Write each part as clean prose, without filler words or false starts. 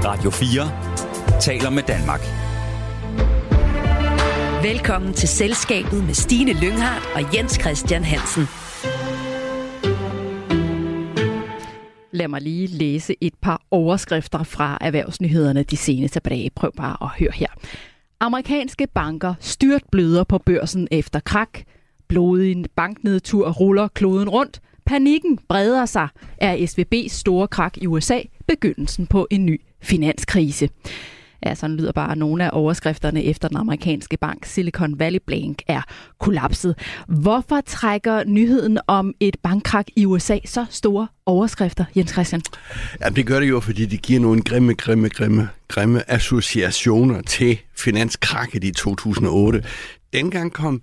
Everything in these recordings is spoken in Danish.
Radio 4 taler med Danmark. Velkommen til Selskabet med Stine Lynghardt og Jens Christian Hansen. Lad mig lige læse et par overskrifter fra erhvervsnyhederne de seneste dage. Prøv bare at høre her. Amerikanske banker styrtbløder på børsen efter krak. Blodig banknedtur ruller kloden rundt. Panikken breder sig. Er SVB's store krak i USA begyndelsen på en ny finanskrise? Ja, sådan lyder bare nogle af overskrifterne efter den amerikanske bank Silicon Valley Bank er kollapset. Hvorfor trækker nyheden om et bankkrak i USA så store overskrifter, Jens Christian? Jamen, det gør det jo, fordi det giver nogle grimme associationer til finanskrakket i 2008. Dengang kom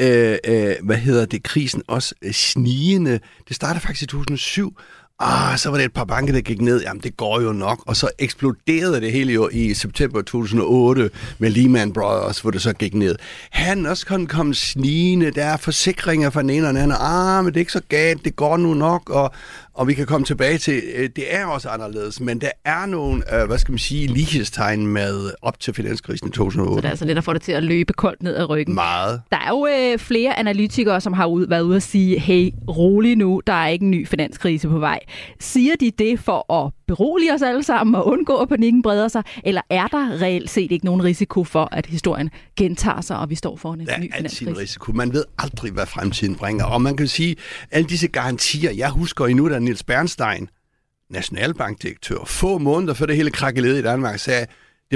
krisen også snigende. Det startede faktisk i 2007. Så var det et par banker, der gik ned. Jamen, det går jo nok. Og så eksploderede det hele jo i september 2008 med Lehman Brothers, hvor det så gik ned. Han også kom snigende. Der er forsikringer fra den ene og den anden. Men det er ikke så galt. Det går nu nok. Og vi kan komme tilbage til, det er også anderledes. Men der er nogle, lighedstegn med op til finanskrisen i 2008. Så det er altså lidt at få det til at løbe koldt ned ad ryggen. Meget. Der er jo flere analytikere, som har været ude at sige, hey, rolig nu, der er ikke en ny finanskrise på vej. Siger de det for at berolige os alle sammen og undgå, at panikken breder sig? Eller er der reelt set ikke nogen risiko for, at historien gentager sig, og vi står foran en ny finanskrise? Der er altid en risiko. Man ved aldrig, hvad fremtiden bringer. Og man kan sige, alle disse garantier, jeg husker endnu, da Niels Bernstein, nationalbankdirektør, få måneder før det hele krakkelede i Danmark, sagde,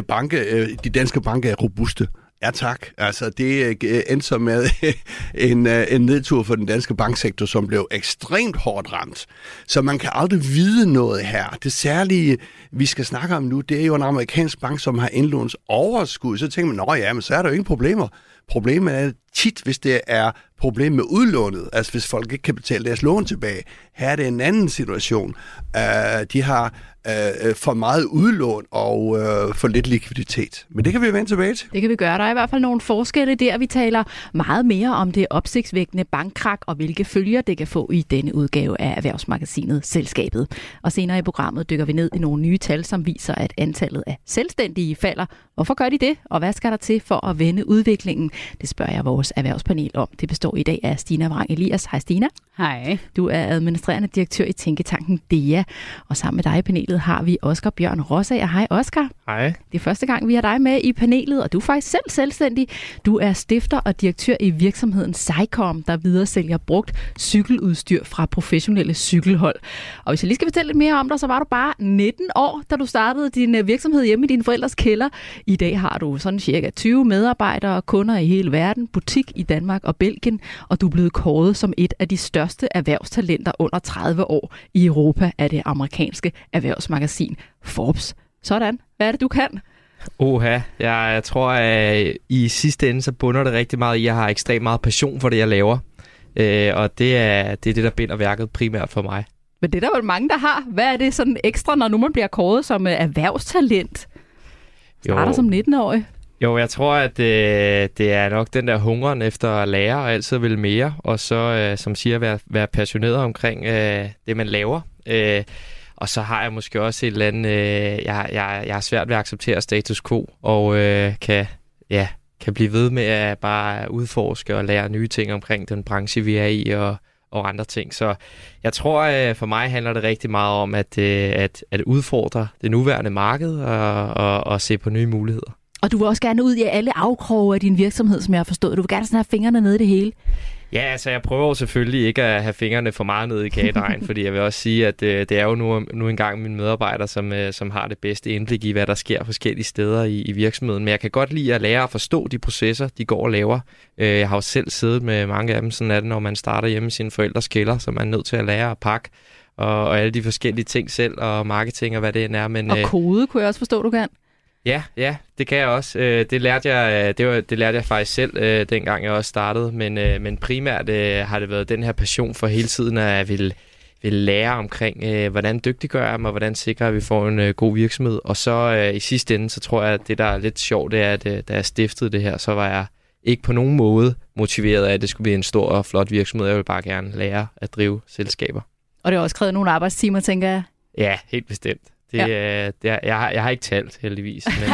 de danske banker er robuste. Ja, tak. Altså, det endte så med en nedtur for den danske banksektor, som blev ekstremt hårdt ramt. Så man kan aldrig vide noget her. Det særlige, vi skal snakke om nu, det er jo en amerikansk bank, som har indlånsoverskud. Så tænker man, men så er der jo ingen problemer. Problemet er tit, hvis det er problem med udlånet, altså hvis folk ikke kan betale deres lån tilbage. Her er det en anden situation. De har for meget udlån og for lidt likviditet. Men det kan vi vende tilbage til. Det kan vi gøre. Der er i hvert fald nogle forskelle der. Vi taler meget mere om det opsigtsvækkende bankkrak og hvilke følger det kan få i denne udgave af erhvervsmagasinet Selskabet. Og senere i programmet dykker vi ned i nogle nye tal, som viser, at antallet af selvstændige falder. Hvorfor gør de det? Og hvad skal der til for at vende udviklingen? Det spørger jeg vores erhvervspanel om. Det består i dag af Stina Vrang Elias. Hej Stina. Hej. Du er administrerende direktør i tænketanken DEA. Og sammen med dig i panelet har vi Oscar Bjørn Rossager. Hej Oscar. Hej. Det er første gang, vi har dig med i panelet, og du er faktisk selv selvstændig. Du er stifter og direktør i virksomheden Cycom, der videresælger brugt cykeludstyr fra professionelle cykelhold. Og hvis jeg lige skal fortælle lidt mere om dig, så var du bare 19 år, da du startede din virksomhed hjemme i dine forældres kælder. I dag har du sådan cirka 20 medarbejdere og kunder i hele verden, butik i Danmark og Belgien, og du er blevet kåret som et af de største erhvervstalenter under 30 år i Europa af det amerikanske erhvervsmagasin Forbes. Sådan. Hvad er det, du kan? Jeg tror, at i sidste ende, så bunder det rigtig meget i, at jeg har ekstremt meget passion for det, jeg laver. Og det er det, der binder værket primært for mig. Men det er der vel mange, der har. Hvad er det sådan ekstra, når nu man bliver kåret som erhvervstalent? Starter som 19-årig. Jo, jeg tror, at det er nok den der hungeren efter at lære og altid vil mere. Og så, som siger, være passioneret omkring det, man laver. Og så har jeg måske også et eller andet... Jeg har svært ved at acceptere status quo, og kan blive ved med at bare udforske og lære nye ting omkring den branche, vi er i, og andre ting. Så jeg tror, for mig handler det rigtig meget om at udfordre det nuværende marked og se på nye muligheder. Og du vil også gerne ud i alle afkroge af din virksomhed, som jeg har forstået. Du vil gerne sådan have fingrene nede i det hele. Ja, altså jeg prøver selvfølgelig ikke at have fingrene for meget nede i kagedejen, fordi jeg vil også sige, at det er jo nu engang mine medarbejdere, som har det bedste indblik i, hvad der sker forskellige steder i virksomheden. Men jeg kan godt lide at lære at forstå de processer, de går og laver. Jeg har jo selv siddet med mange af dem, sådan er det, når man starter hjemme i sine forældres kælder, så man er nødt til at lære at pakke og alle de forskellige ting selv, og marketing og hvad det er. Men, og kode kunne jeg også forstå, du kan. Ja, det kan jeg også. Det lærte jeg faktisk selv, dengang jeg også startede. Men primært har det været den her passion for hele tiden at vil lære omkring, hvordan dygtiggør jeg mig, og hvordan sikrer at vi får en god virksomhed. Og så i sidste ende, så tror jeg, at det, der er lidt sjovt, det er, at da jeg stiftede det her, så var jeg ikke på nogen måde motiveret af, at det skulle blive en stor og flot virksomhed. Jeg vil bare gerne lære at drive selskaber. Og det har også krævet nogle arbejdstimer, tænker jeg. Ja, helt bestemt. Jeg har ikke talt, heldigvis. Men,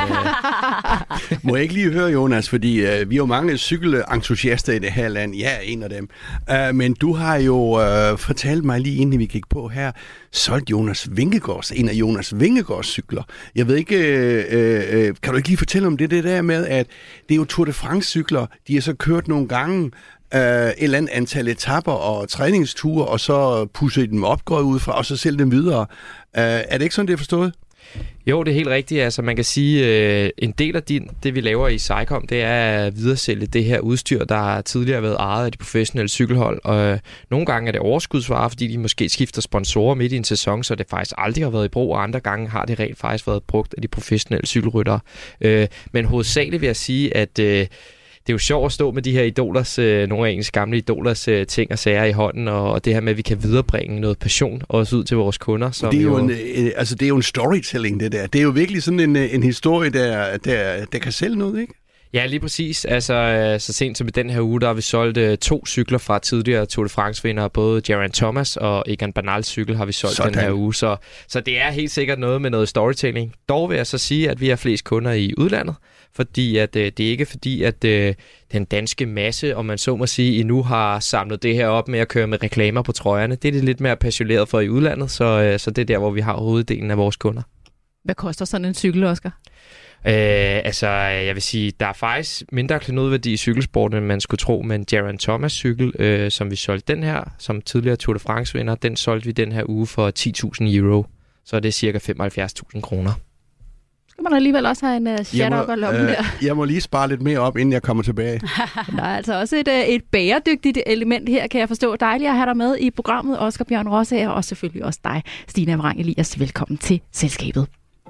Må jeg ikke lige høre, Jonas, fordi vi er jo mange cykelentusiaster i det her land. Jeg er en af dem. Men du har jo fortalt mig lige inden vi gik på her, solgt Jonas Vingegaards, en af Jonas Vingegaards cykler. Jeg ved ikke, kan du ikke lige fortælle om det der med, at det er jo Tour de France cykler, de har så kørt nogle gange, et eller andet antal etapper og træningsture, og så pusser dem op, går ud fra, og så sælger dem videre. Er det ikke sådan, det er forstået? Jo, det er helt rigtigt. Altså, man kan sige, en del af det, vi laver i Cycom, det er at videresælge det her udstyr, der tidligere har været ejet af de professionelle cykelhold. Og nogle gange er det overskudsvarer, fordi de måske skifter sponsorer midt i en sæson, så det faktisk aldrig har været i brug, og andre gange har det rent faktisk været brugt af de professionelle cykelryttere. Men hovedsageligt vil jeg sige, at det er jo sjovt at stå med de her idolers, nogle af ens gamle idolers ting og sager i hånden, og det her med, at vi kan viderebringe noget passion også ud til vores kunder. Som det er jo en storytelling, det der. Det er jo virkelig sådan en historie, der kan sælge noget, ikke? Ja, lige præcis. Altså, så sent som i den her uge, der har vi solgt 2 cykler fra tidligere Tour de France-vindere. Både Geraint Thomas og Egan Bernals cykel har vi solgt den her uge. Så det er helt sikkert noget med noget storytelling. Dog vil jeg så sige, at vi har flest kunder i udlandet, fordi at det er ikke fordi, at den danske masse, om man så må sige, endnu har samlet det her op med at køre med reklamer på trøjerne. Det er det lidt mere passioneret for i udlandet, så det er der, hvor vi har hoveddelen af vores kunder. Hvad koster sådan en cykel, Oscar? Jeg vil sige, der er faktisk mindre klenodværdi i cykelsporten, end man skulle tro, men Geraint Thomas cykel, som vi solgte den her, som tidligere Tour de France-vinder, den solgte vi den her uge for 10.000 euro. Så er det cirka 75.000 kroner. Skal man alligevel også have en chat-up af lommen der? Jeg må lige spare lidt mere op, inden jeg kommer tilbage. Der er altså også et bæredygtigt element her, kan jeg forstå. Dejligt at have dig med i programmet, Oscar Bjørn Rossager, og selvfølgelig også dig, Stina Vrang Elias. Velkommen til Selskabet.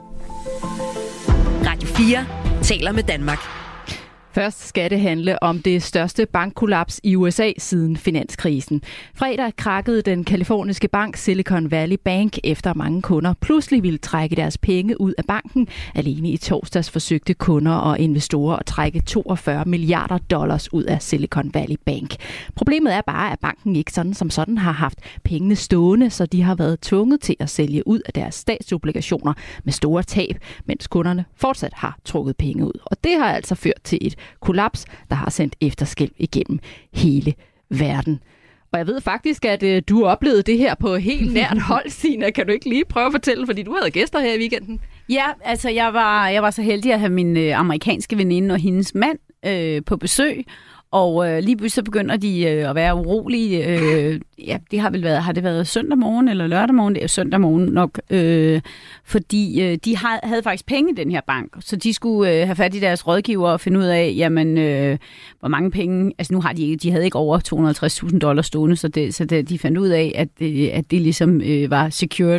Radio 4 taler med Danmark. Først skal det handle om det største bankkollaps i USA siden finanskrisen. Fredag krakkede den kaliforniske bank Silicon Valley Bank, efter mange kunder pludselig ville trække deres penge ud af banken. Alene i torsdags forsøgte kunder og investorer at trække $42 milliarder ud af Silicon Valley Bank. Problemet er bare, at banken ikke sådan har haft pengene stående, så de har været tvunget til at sælge ud af deres statsobligationer med store tab, mens kunderne fortsat har trukket penge ud. Og det har altså ført til et kollaps, der har sendt efterskælv igennem hele verden. Og jeg ved faktisk, at du oplevede det her på helt nært hold, Sina. Kan du ikke lige prøve at fortælle, fordi du havde gæster her i weekenden? Ja, altså jeg var så heldig at have min amerikanske veninde og hendes mand på besøg. Og lige pludselig så begynder de at være urolige. Det har det været søndag morgen eller lørdag morgen? Det er søndag morgen nok. Fordi de havde faktisk penge i den her bank. Så de skulle have fat i deres rådgiver og finde ud af, jamen, hvor mange penge. Altså nu har de havde ikke over $250,000 stående, så de fandt ud af, at det ligesom var secured.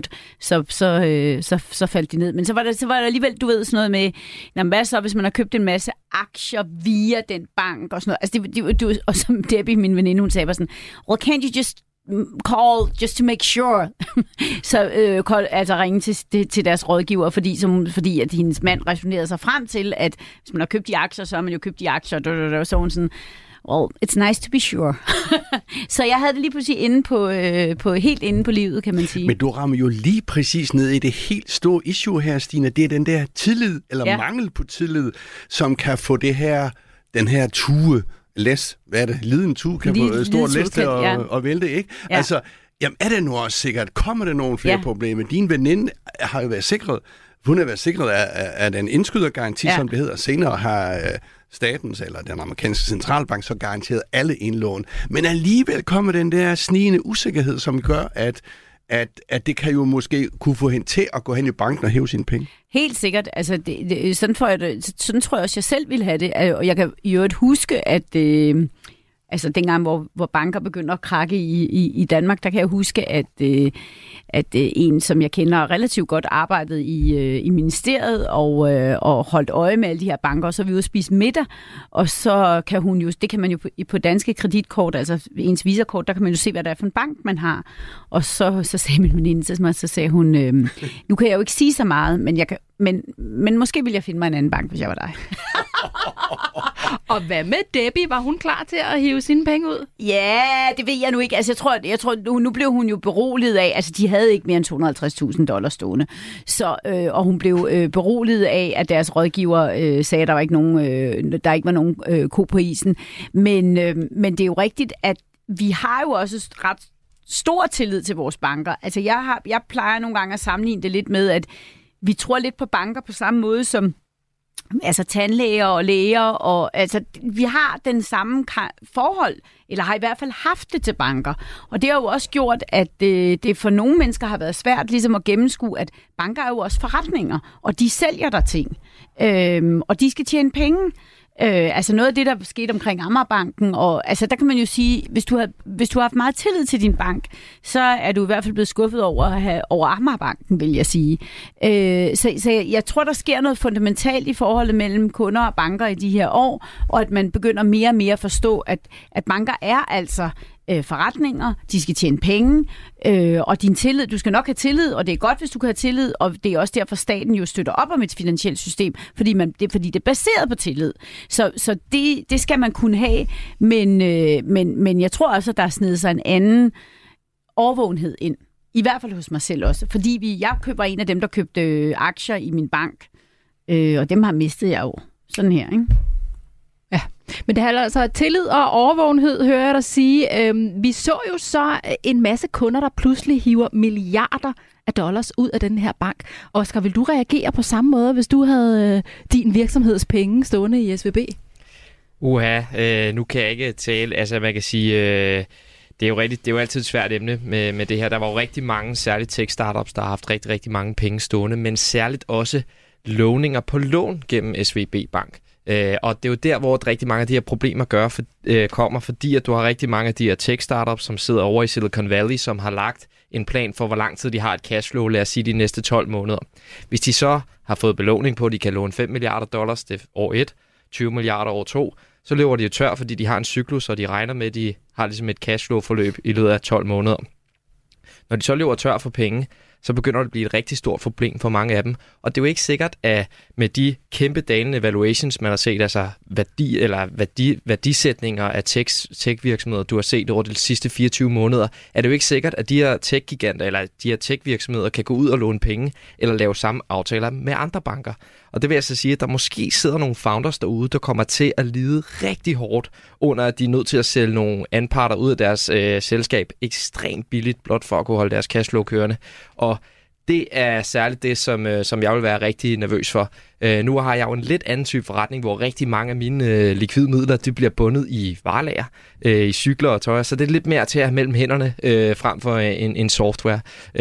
Så faldt de ned. Men så var der alligevel, du ved, sådan noget med, jamen, hvad så, hvis man har købt en masse aktier via den bank og sådan noget. Altså og som Debbie, min veninde, hun sagde, var sådan, well, can't you just call just to make sure? Så altså ringe til deres rådgiver, fordi at hendes mand resonerede sig frem til, at hvis man har købt de aktier, så har man jo købt de aktier, så hun sådan, well, it's nice to be sure. Så jeg havde det lige pludselig helt inde på livet, kan man sige. Men du rammer jo lige præcis ned i det helt store issue her, Stina. Det er den der tillid, eller mangel på tillid, som kan få den her tue, liden tue, kan få stor læste og vælte, ikke? Ja. Altså, jamen er det nu også sikkert? Kommer der nogle flere problemer? Din veninde har jo været sikret. Hun har været sikret af den indskydergaranti, som det hedder. Senere har statens eller den amerikanske centralbank så garanteret alle indlån. Men alligevel kommer den der snigende usikkerhed, som gør, at det kan jo måske kunne få hende til at gå hen i banken og hæve sine penge. Helt sikkert. Altså, sådan tror jeg også, jeg selv vil have det. Og jeg kan i øvrigt huske, at altså dengang, hvor banker begynder at krakke i Danmark, der kan jeg huske, at en, som jeg kender relativt godt, arbejdede i ministeriet og holdt øje med alle de her banker, og så er vi ude at spise middag, og så kan hun jo, det kan man jo på danske kreditkort, altså ens visakort, der kan man jo se, hvad der er for en bank, man har. Og så sagde min veninde til mig, så sagde hun, nu kan jeg jo ikke sige så meget, men måske ville jeg finde mig en anden bank, hvis jeg var dig. Og hvad med Debbie? Var hun klar til at hive sine penge ud? Ja, det ved jeg nu ikke. Altså, jeg tror nu blev hun jo beroliget af, altså de havde ikke mere end $250,000 stående. Så, og hun blev beroliget af, at deres rådgiver sagde, at der ikke var nogen ko på isen. Men det er jo rigtigt, at vi har jo også ret stor tillid til vores banker. Altså, jeg plejer nogle gange at sammenligne det lidt med, at vi tror lidt på banker på samme måde som altså tandlæger og læger, og altså vi har den samme forhold, eller har i hvert fald haft det til banker. Og det har jo også gjort, at det for nogle mennesker har været svært ligesom at gennemskue, at banker er jo også forretninger, og de sælger der ting, og de skal tjene penge. Altså noget af det, der skete omkring Amagerbanken, og altså der kan man jo sige, hvis du har haft meget tillid til din bank, så er du i hvert fald blevet skuffet over Amagerbanken, vil jeg sige. Så jeg tror, der sker noget fundamentalt i forholdet mellem kunder og banker i de her år, og at man begynder mere og mere at forstå, at banker er altså forretninger, de skal tjene penge, og din tillid, du skal nok have tillid, og det er godt, hvis du kan have tillid, og det er også derfor, staten jo støtter op om et finansielt system, fordi det er baseret på tillid. Så det skal man kunne have, men jeg tror også, at der er snedet sig en anden overvågenhed ind. I hvert fald hos mig selv også, fordi jeg køber en af dem, der købte aktier i min bank, og dem har mistet jeg jo sådan her, ikke? Ja, men det handler altså om tillid og overvågenhed, hører jeg dig sige. Vi så jo så en masse kunder, der pludselig hiver milliarder af dollars ud af den her bank. Oscar, vil du reagere på samme måde, hvis du havde din virksomheds penge stående i SVB? Nu kan jeg ikke tale. Altså man kan sige, det er jo rigtigt. Det er jo altid et svært emne med det her. Der var jo rigtig mange, særligt tech-startups, der har haft rigtig, rigtig mange penge stående, men særligt også låninger på lån gennem SVB Bank. Og det er jo der, hvor rigtig mange af de her problemer kommer, fordi at du har rigtig mange af de her tech-startups, som sidder over i Silicon Valley, som har lagt en plan for, hvor lang tid de har et cashflow, lad os sige de næste 12 måneder. Hvis de så har fået belåning på, at de kan låne $5 milliarder, det er år 1, 20 milliarder år 2, så løber de jo tør, fordi de har en cyklus, og de regner med, at de har ligesom et cashflow-forløb i løbet af 12 måneder. Når de så løber tør for penge, så begynder det at blive et rigtig stort problem for mange af dem. Og det er jo ikke sikkert, at med de kæmpe dalende valuations, man har set, altså værdisætninger af tech-virksomheder, du har set over de sidste 24 måneder, er det jo ikke sikkert, at de her tech-giganter eller de her tech-virksomheder kan gå ud og låne penge eller lave samme aftaler med andre banker. Og det vil jeg så sige, at der måske sidder nogle founders derude, der kommer til at lide rigtig hårdt under, at de er nødt til at sælge nogle anparter ud af deres selskab ekstremt billigt, blot for at kunne holde deres cashflow kørende. Og det er særligt det, som jeg vil være rigtig nervøs for. Nu har jeg jo en lidt anden type forretning, hvor rigtig mange af mine likvide midler, de bliver bundet i varelager, i cykler og tøj, så det er lidt mere til at have mellem hænderne frem for en software.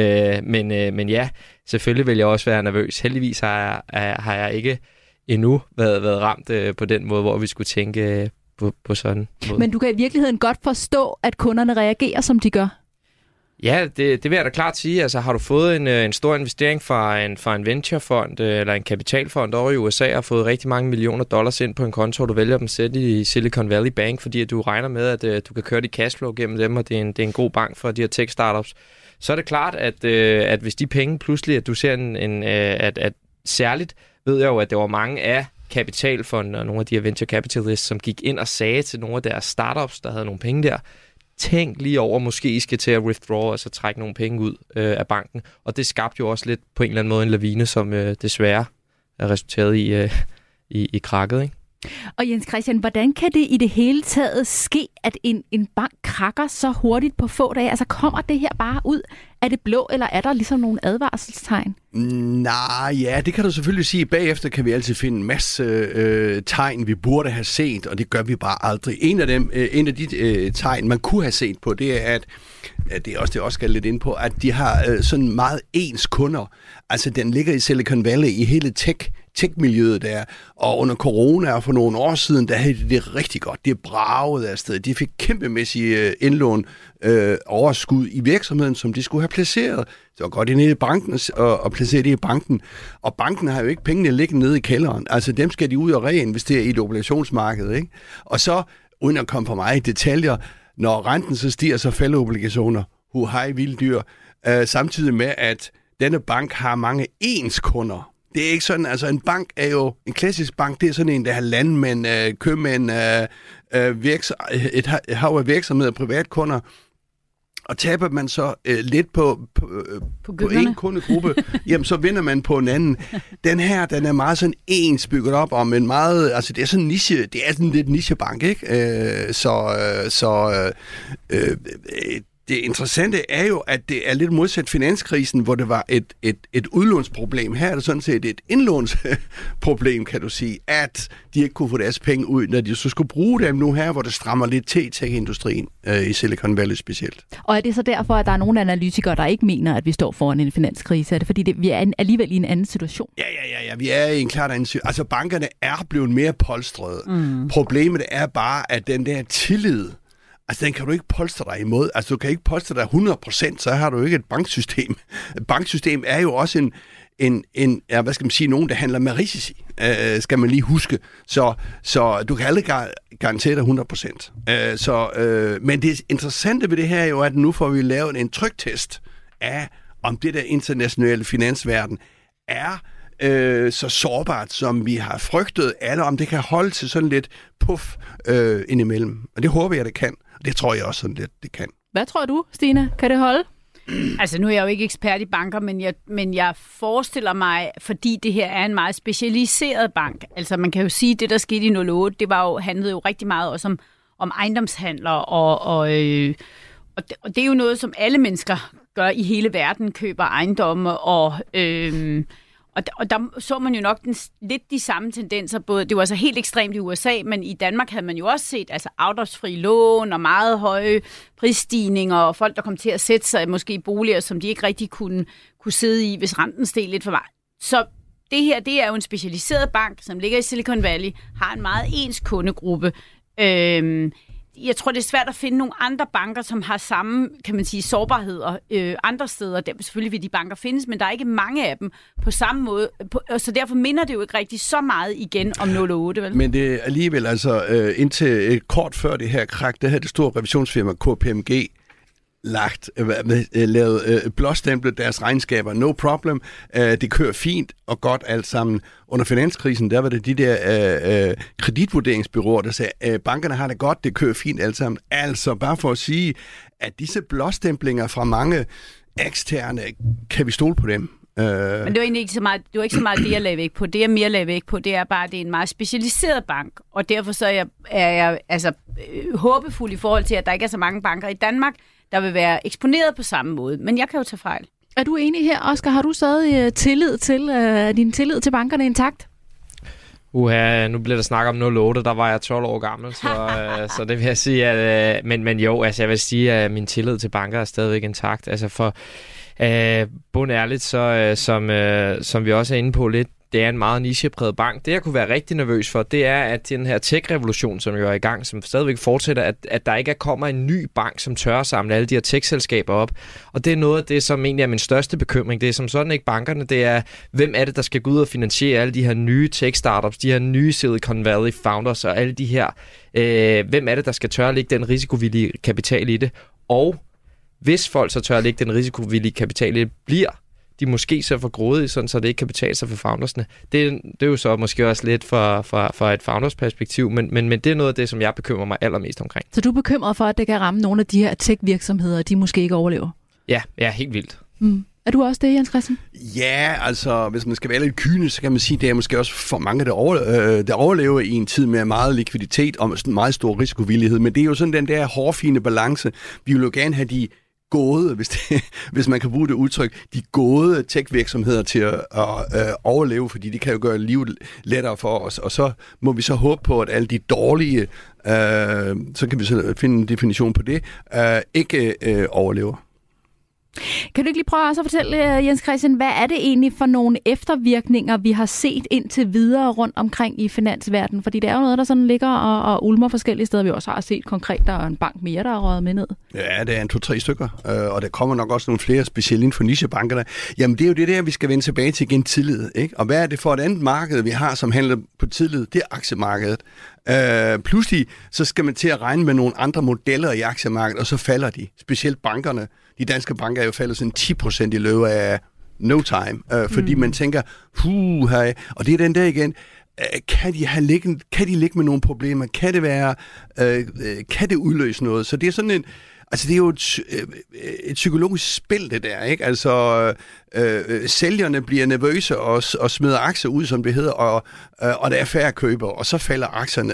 Men ja, selvfølgelig vil jeg også være nervøs. Heldigvis har jeg ikke endnu været ramt på den måde, hvor vi skulle tænke på sådan måde. Men du kan i virkeligheden godt forstå, at kunderne reagerer, som de gør? Ja, det vil jeg da klart sige. Altså, har du fået en stor investering fra en venturefond eller en kapitalfond over i USA og fået rigtig mange millioner dollars ind på en konto, og du vælger dem at sætte i Silicon Valley Bank, fordi at du regner med, at du kan køre dit cashflow gennem dem, og det er en god bank for de her tech-startups, så er det klart, at hvis de penge pludselig, at du ser at særligt ved jeg jo, at der var mange af kapitalfonde og nogle af de her venture capitalists, som gik ind og sagde til nogle af deres startups, der havde nogle penge der, tænk lige over, måske I skal til at withdraw, altså trække nogle penge ud af banken. Og det skabte jo også lidt på en eller anden måde en lavine, som desværre er resulteret i krakket, ikke? Og Jens Christian, hvordan kan det i det hele taget ske, at en bank krakker så hurtigt på få dage? Altså kommer det her bare ud af det blå, eller er der ligesom nogle advarselstegn? Nej, ja, det kan du selvfølgelig sige. Bagefter kan vi altid finde en masse tegn, vi burde have set, og det gør vi bare aldrig. En af de tegn, man kunne have set på, det er, at det er også det, Oscar lidt ind på, at de har sådan meget ens kunder. Altså, den ligger i Silicon Valley, i hele tech-miljøet der, og under corona og for nogle år siden, der havde de det rigtig godt. Det bragede afsted. De fik kæmpemæssige indlån, overskud i virksomheden, som de skulle have placeret. Det var godt nede i banken og placeret det i banken. Og banken har jo ikke pengene liggende nede i kælderen. Altså, dem skal de ud og reinvestere i et obligationsmarked, ikke? Og så, uden at komme for mig i detaljer, når renten så stiger, så falder obligationer. Hej, vilde dyr. Samtidig med, at denne bank har mange ens kunder. Det er ikke sådan, altså en bank er jo, en klassisk bank, det er sådan en, der har landmænd, købmænd, et hav af virksomheder, privatkunder, og taber man så lidt på en kundegruppe, jamen så vinder man på en anden. Den her, den er meget sådan ens bygget op om en meget, altså det er sådan niche, det er sådan lidt nichebank, ikke? Det interessante er jo, at det er lidt modsat finanskrisen, hvor det var et udlånsproblem. Her er det sådan set et indlånsproblem, kan du sige, at de ikke kunne få deres penge ud, når de så skulle bruge dem nu her, hvor det strammer lidt til i tech-industrien, i Silicon Valley specielt. Og er det så derfor, at der er nogle analytikere, der ikke mener, at vi står foran en finanskrise? Er det fordi, vi er alligevel i en anden situation? Ja, vi er i en klart anden situation. Altså, bankerne er blevet mere polstrede. Problemet er bare, at den der tillid, altså, den kan du ikke polstre dig imod. Altså, du kan ikke polstre dig 100%, så har du ikke et banksystem. Et banksystem er jo også hvad skal man sige, nogen, der handler med risici, skal man lige huske. Så du kan aldrig garantere dig 100%. Men det interessante ved det her er jo, at nu får vi lavet en tryktest af, om det der internationale finansverden er så sårbart, som vi har frygtet, eller om det kan holde til sådan lidt puff indimellem. Og det håber jeg, det kan. Det tror jeg også sådan lidt, det kan. Hvad tror du, Stine? Kan det holde? Altså, nu er jeg jo ikke ekspert i banker, men jeg forestiller mig, fordi det her er en meget specialiseret bank. Altså, man kan jo sige, at det, der skete i 2008, handlede jo rigtig meget også om ejendomshandler, og det er jo noget, som alle mennesker gør i hele verden, køber ejendomme, og der så man jo nok lidt de samme tendenser, det var altså helt ekstremt i USA, men i Danmark havde man jo også set altså afdragsfri lån og meget høje prisstigninger, og folk, der kom til at sætte sig måske i boliger, som de ikke rigtig kunne sidde i, hvis renten steg lidt for meget. Så det her, det er jo en specialiseret bank, som ligger i Silicon Valley, har en meget ens kundegruppe. Jeg tror, det er svært at finde nogle andre banker, som har samme, kan man sige, sårbarheder andre steder. Selvfølgelig vil de banker findes, men der er ikke mange af dem på samme måde. Så derfor minder det jo ikke rigtig så meget igen om 08, vel? Men det er alligevel, altså indtil kort før det her krak, der havde det store revisionsfirma KPMG lavet blåstemplet deres regnskaber. No problem. Det kører fint og godt alt sammen. Under finanskrisen, der var det de der kreditvurderingsbyråer, der sagde, bankerne har det godt, det kører fint alt sammen. Altså, bare for at sige, at disse blåstemplinger fra mange eksterne, kan vi stole på dem? Men det var egentlig ikke så meget, det, jeg lagde væk på. Det, jeg mere lagde væk på, det er bare, at det er en meget specialiseret bank. Og derfor så er jeg håbefuld i forhold til, at der ikke er så mange banker i Danmark, der vil være eksponeret på samme måde. Men jeg kan jo tage fejl. Er du enig her, Oscar? Har du stadig din tillid til bankerne intakt? Nu bliver der snak om 08, der var jeg 12 år gammel, så det vil jeg sige, at, men jo, altså jeg vil sige, at min tillid til banker er stadigvæk intakt. Altså for bundærligt, så som vi også er inde på lidt, det er en meget nichepræget bank. Det, jeg kunne være rigtig nervøs for, det er, at den her tech-revolution, som jo er i gang, som stadigvæk fortsætter, at der ikke kommer en ny bank, som tør at samle alle de her tech-selskaber op. Og det er noget af det, som egentlig er min største bekymring. Det er som sådan ikke bankerne, det er, hvem er det, der skal gå ud og finansiere alle de her nye tech-startups, de her nye Silicon Valley founders og alle de her. Hvem er det, der skal tør at lægge den risikovillige kapital i det? Og hvis folk så tør at lægge den risikovillige kapital i det, bliver de måske så for grådige, sådan, så det ikke kan betale sig for foundersne. Det er jo så måske også lidt fra et founders perspektiv, men det er noget af det, som jeg bekymrer mig allermest omkring. Så du er bekymret for, at det kan ramme nogle af de her tech-virksomheder, de måske ikke overlever? Ja, helt vildt. Er du også det, Jens Christian? Ja, altså, hvis man skal være lidt kynisk, så kan man sige, at det er måske også for mange, der overlever i en tid med meget likviditet og en meget stor risikovillighed. Men det er jo sådan den der hårfine balance. Vi vil jo gerne have de gode, hvis man kan bruge det udtryk, de gode tech-virksomheder til at overleve, fordi de kan jo gøre livet lettere for os. Og så må vi så håbe på, at alle de dårlige, så kan vi så finde en definition på det, ikke overlever. Kan du ikke lige prøve også at fortælle, Jens Christian, hvad er det egentlig for nogle eftervirkninger, vi har set indtil videre rundt omkring i finansverdenen? Fordi det er jo noget, der sådan ligger og ulmer forskellige steder. Vi også har set konkret, der er en bank mere, der er røget med ned. Ja, det er 2-3 stykker, og der kommer nok også nogle flere specielt inden for nichebankerne. Jamen, det er jo det der, vi skal vende tilbage til igen, tillid, ikke? Og hvad er det for et andet marked, vi har, som handler på tillid? Det er aktiemarkedet. Pludselig så skal man til at regne med nogle andre modeller i aktiemarkedet, og så falder de. Specielt bankerne. De danske banker er jo faldet sådan 10% i løbet af no time, fordi man tænker, hej, og det er den der igen, kan de ligge med nogle problemer? Kan det være, kan det udløse noget? Så det er sådan en, altså det er jo et psykologisk spil, det der, ikke? Altså, sælgerne bliver nervøse og smider aktier ud, som det hedder, og der er færre købere, og så falder aktierne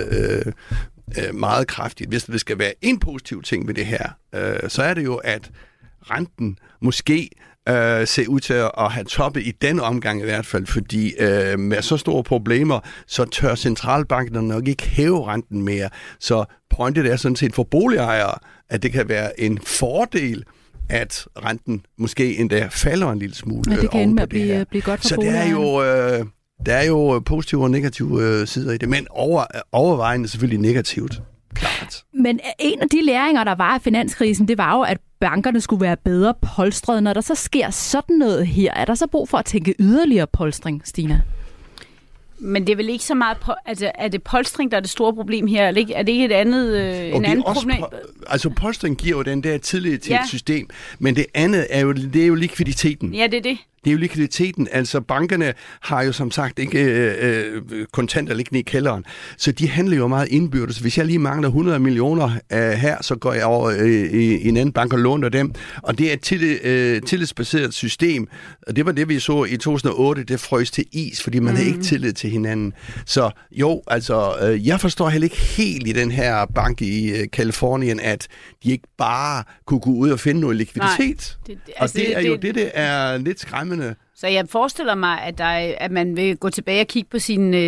meget kraftigt. Hvis det skal være en positiv ting ved det her, så er det jo, at renten måske ser ud til at have toppet i den omgang i hvert fald, fordi med så store problemer, så tør centralbankerne nok ikke hæve renten mere. Så pointet er sådan set for boligejere, at det kan være en fordel, at renten måske endda falder en lille smule. Ja, det kan ende med at blive godt for boligejerne. Så der er jo positive og negative sider i det, men overvejende selvfølgelig negativt. Klart. Men en af de læringer, der var af finanskrisen, det var jo, at bankerne skulle være bedre polstrede. Når der så sker sådan noget her, er der så brug for at tænke yderligere polstring, Stina? Men det er vel ikke så meget... er det polstring, der er det store problem her? Er det ikke et andet, en anden problem? Altså polstring giver jo den der tillid til et system, men det andet er jo likviditeten. Ja, det er det. Det er jo likviditeten. Altså bankerne har jo som sagt ikke kontanter liggende i kælderen, så de handler jo meget indbyrdes. Hvis jeg lige mangler 100 millioner her, så går jeg over i en anden bank og låner dem. Og det er et tillidsbaseret system. Og det var det, vi så i 2008. Det frøs til is, fordi man havde ikke tillid til hinanden. Så jo, altså, jeg forstår heller ikke helt i den her bank i Kalifornien, at de ikke bare kunne gå ud og finde noget likviditet. Nej, og det er jo det er lidt skræmmende. Så jeg forestiller mig, at man vil gå tilbage og kigge på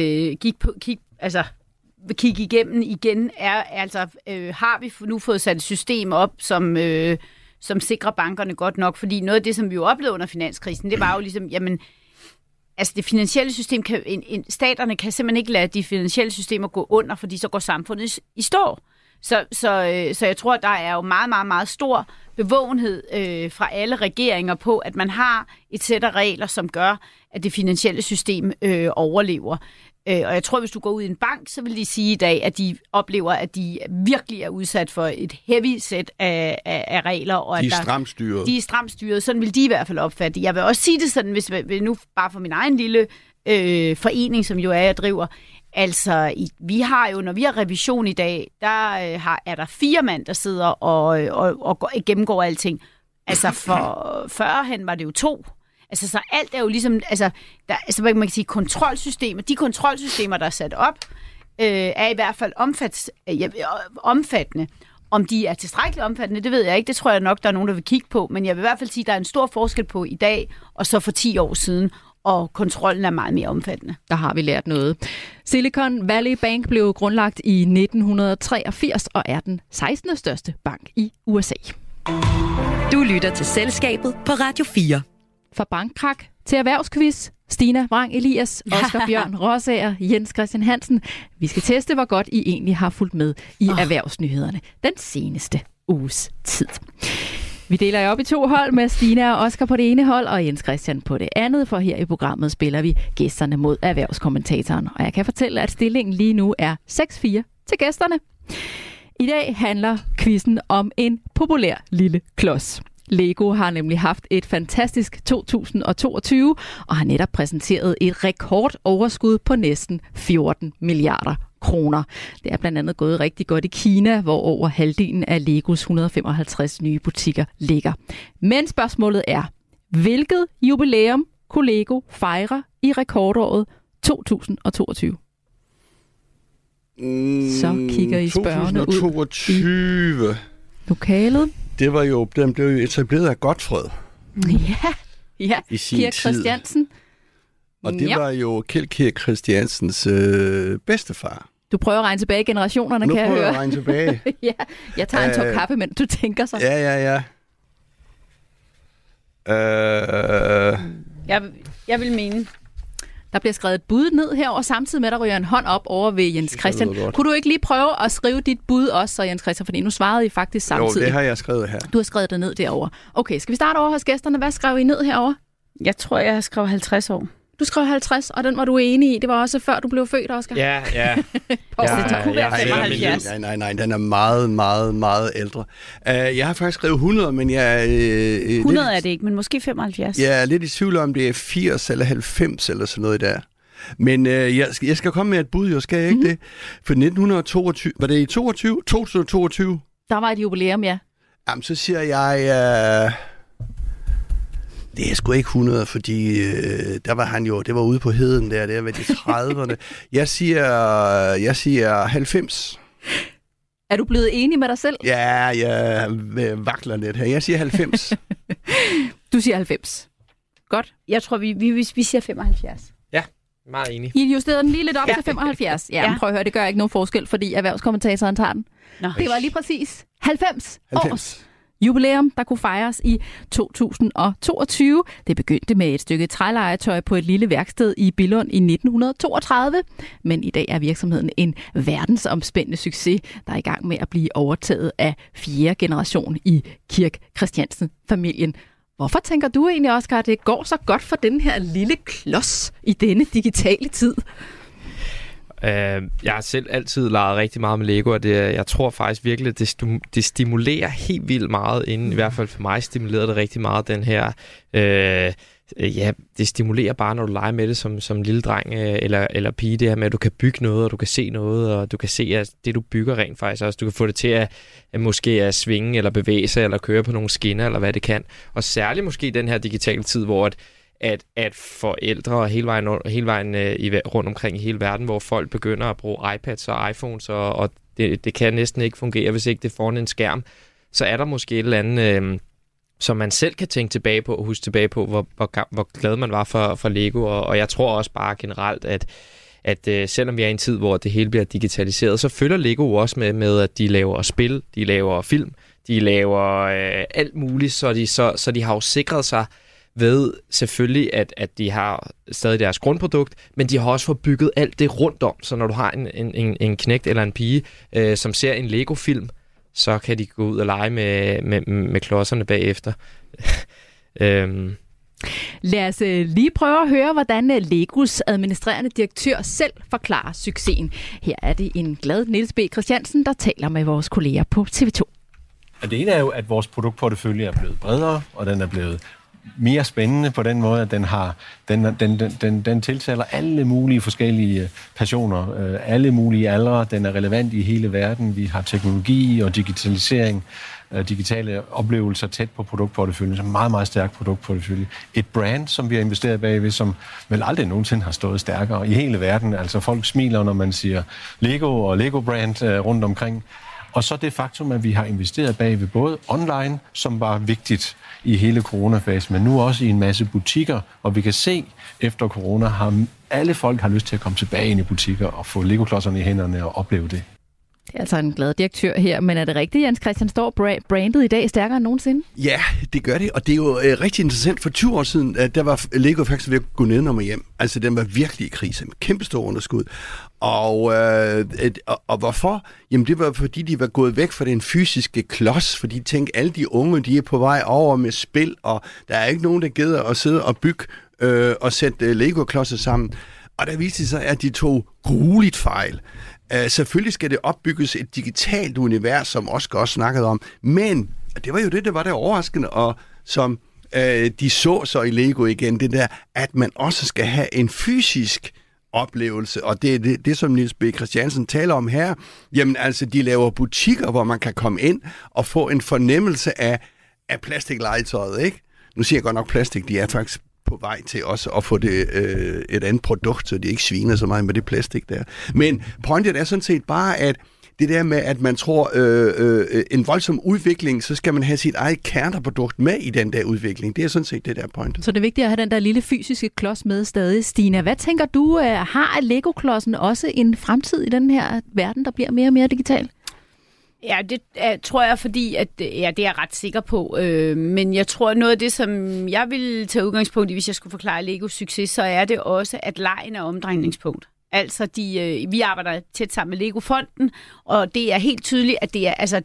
kigge igennem igen. Har vi nu fået sat et system op, som sikrer bankerne godt nok? Fordi noget af det, som vi jo oplevede under finanskrisen, det var jo ligesom, jamen, altså det finansielle system staterne kan simpelthen ikke lade de finansielle systemer gå under, fordi så går samfundet i stå. Så jeg tror, at der er jo meget, meget, meget stor bevågenhed fra alle regeringer på, at man har et sæt af regler, som gør, at det finansielle system overlever. Og jeg tror, hvis du går ud i en bank, så vil de sige i dag, at de oplever, at de virkelig er udsat for et heavy sæt af regler. Og de er stramstyret. De er stramstyret. Sådan vil de i hvert fald opfatte. Jeg vil også sige det sådan, hvis nu bare for min egen lille forening, som jo er, jeg driver. Altså, vi har jo, når vi har revision i dag, der er der 4 mand, der sidder og gennemgår alting. Altså, førhen var det jo 2. Altså, så alt er jo ligesom, hvad man kan sige, kontrolsystemer. De kontrolsystemer, der er sat op, er i hvert fald omfattende. Om de er tilstrækkeligt omfattende, det ved jeg ikke. Det tror jeg nok, der er nogen, der vil kigge på. Men jeg vil i hvert fald sige, at der er en stor forskel på i dag, og så for 10 år siden. Og kontrollen er meget mere omfattende. Der har vi lært noget. Silicon Valley Bank blev grundlagt i 1983 og er den 16. største bank i USA. Du lytter til Selskabet på Radio 4. Fra bankkrak til erhvervsquiz. Stina Vrang Elias, Oscar Bjørn Rosager, Jens Christian Hansen. Vi skal teste, hvor godt I egentlig har fulgt med i erhvervsnyhederne den seneste uges tid. Vi deler jer op i 2 hold med Stina og Oscar på det ene hold, og Jens Christian på det andet, for her i programmet spiller vi gæsterne mod erhvervskommentatoren. Og jeg kan fortælle, at stillingen lige nu er 6-4 til gæsterne. I dag handler quizzen om en populær lille klods. Lego har nemlig haft et fantastisk 2022 og har netop præsenteret et rekordoverskud på næsten 14 milliarder kroner. Det er blandt andet gået rigtig godt i Kina, hvor over halvdelen af Legos 155 nye butikker ligger. Men spørgsmålet er, hvilket jubilæum kunne Lego fejre i rekordåret 2022? Så kigger I spørgende ud 2022. Lokalet. Det var jo, den blev etableret af Godtfred. Ja, Kirk Christiansen. Og det var jo Kjeld Kirk Christiansens bedstefar. Du prøver at regne tilbage i generationerne, kan jeg høre. Nu prøver jeg at regne tilbage. Ja, jeg tager en tår kaffe, mens du tænker så. Ja. Jeg vil mene. Der bliver skrevet et bud ned herover, samtidig med, at der ryger en hånd op over ved Jens Christian. Kunne du ikke lige prøve at skrive dit bud også, så Jens Christian? Fordi nu svarede I faktisk samtidig. Jo, det har jeg skrevet her. Du har skrevet det ned derovre. Okay, skal vi starte over hos gæsterne? Hvad skrev I ned herover? Jeg tror, jeg har skrevet 50 år. Du skrev 50, og den var du enig i. Det var også før du blev født, Oscar. Ja. Det kunne være 75. Nej, den er meget, meget, meget ældre. Jeg har faktisk skrevet 100, men jeg... 100 er det ikke, men måske 75. Jeg er lidt i tvivl om, det er 80 eller 90 eller sådan noget der. Men jeg skal komme med et bud, jo, skal jeg ikke det? For 1922... Var det i 2022? Der var et jubilæum, ja. Jamen, så siger jeg... Det er sgu ikke 100, fordi der var han jo, det var ude på heden der, det var i 30'erne. Jeg siger 90. Er du blevet enig med dig selv? Ja, jeg vakler lidt her. Jeg siger 90. Du siger 90. Godt. Jeg tror, vi siger 75. Ja, meget enig. I justerede den lige lidt op til 75. Ja, men prøv at høre, det gør ikke nogen forskel, fordi erhvervskommentatoren tager den. Nå. Det var lige præcis 90 års jubilæum, der kunne fejres i 2022. Det begyndte med et stykke trælegetøj på et lille værksted i Billund i 1932. Men i dag er virksomheden en verdensomspændende succes, der er i gang med at blive overtaget af 4. generation i Kirk Christiansen-familien. Hvorfor tænker du egentlig, Oscar, at det går så godt for den her lille klods i denne digitale tid? Jeg har selv altid leget rigtig meget med Lego, og jeg tror faktisk virkelig, at det stimulerer helt vildt meget inden. I hvert fald for mig stimulerede det rigtig meget, den her... det stimulerer bare, når du leger med det som lille dreng eller pige, det her med, at du kan bygge noget, og du kan se noget, og du kan se, at det, du bygger rent faktisk også, du kan få det til at måske at svinge, eller bevæge sig, eller køre på nogle skinner, eller hvad det kan. Og særligt måske den her digitale tid, hvor at forældre hele vejen rundt omkring i hele verden, hvor folk begynder at bruge iPads og iPhones, og det kan næsten ikke fungere, hvis ikke det er foran en skærm, så er der måske et eller andet, som man selv kan tænke tilbage på og huske tilbage på, hvor glad man var for Lego, og jeg tror også bare generelt, at selvom vi er i en tid, hvor det hele bliver digitaliseret, så følger Lego også med, at de laver spil, de laver film, de laver alt muligt, så de har jo sikret sig ved selvfølgelig, at de har stadig deres grundprodukt, men de har også fået bygget alt det rundt om. Så når du har en knægt eller en pige, som ser en Lego-film, så kan de gå ud og lege med klodserne bagefter. Lad os lige prøve at høre, hvordan Legos administrerende direktør selv forklarer succesen. Her er det en glad Niels B. Christiansen, der taler med vores kolleger på TV2. Det ene er jo, at vores produktportefølje er blevet bredere, og den er blevet mere spændende på den måde, at den tiltaler alle mulige forskellige passioner, alle mulige aldre. Den er relevant i hele verden. Vi har teknologi og digitalisering, digitale oplevelser tæt på produktporteføljen, så meget, meget stærk produktportefølje. Et brand, som vi har investeret bagved, som vel aldrig nogensinde har stået stærkere i hele verden. Altså folk smiler, når man siger Lego og Lego-brand rundt omkring. Og så det faktum, at vi har investeret bagved både online, som var vigtigt i hele coronafasen, men nu også i en masse butikker, og vi kan se, efter corona, alle folk har lyst til at komme tilbage ind i butikker og få Lego-klodserne i hænderne og opleve det. Det er altså en glad direktør her, men er det rigtigt, Jens Christian, står brandet i dag stærkere end nogensinde? Ja, det gør det, og det er jo rigtig interessant. For 20 år siden, der var Lego faktisk ved at gå nedenom og hjem. Altså, den var virkelig i krise med kæmpestor underskud. Og hvorfor? Jamen, det var fordi, de var gået væk fra den fysiske klods, fordi de tænkte, alle de unge, de er på vej over med spil, og der er ikke nogen, der gider at sidde og bygge og sætte Lego-klodser sammen. Og der viste sig, at de tog grueligt fejl. Selvfølgelig skal det opbygges et digitalt univers, som Oscar også snakkede om, men det var jo det, der var det overraskende, og som de så i Lego igen, det der, at man også skal have en fysisk oplevelse, og det er det, som Niels B. Christiansen taler om her. Jamen altså, de laver butikker, hvor man kan komme ind og få en fornemmelse af plastiklegetøjet, ikke? Nu siger jeg godt nok plastik, de er faktisk på vej til også at få det et andet produkt, så det ikke sviner så meget med det plastik der. Men pointet er sådan set bare, at det der med, at man tror en voldsom udvikling, så skal man have sit eget kerneprodukt med i den der udvikling. Det er sådan set det der point. Så det er vigtigt at have den der lille fysiske klods med stadig. Stina, hvad tænker du, har Lego-klodsen også en fremtid i den her verden, der bliver mere og mere digital? Ja, det tror jeg, fordi at, det er jeg ret sikker på. Men jeg tror, noget af det, som jeg vil tage udgangspunkt i, hvis jeg skulle forklare Legos succes, så er det også, at legen er omdrejningspunkt. Altså, vi arbejder tæt sammen med Lego-fonden, og det er helt tydeligt, at det er, altså,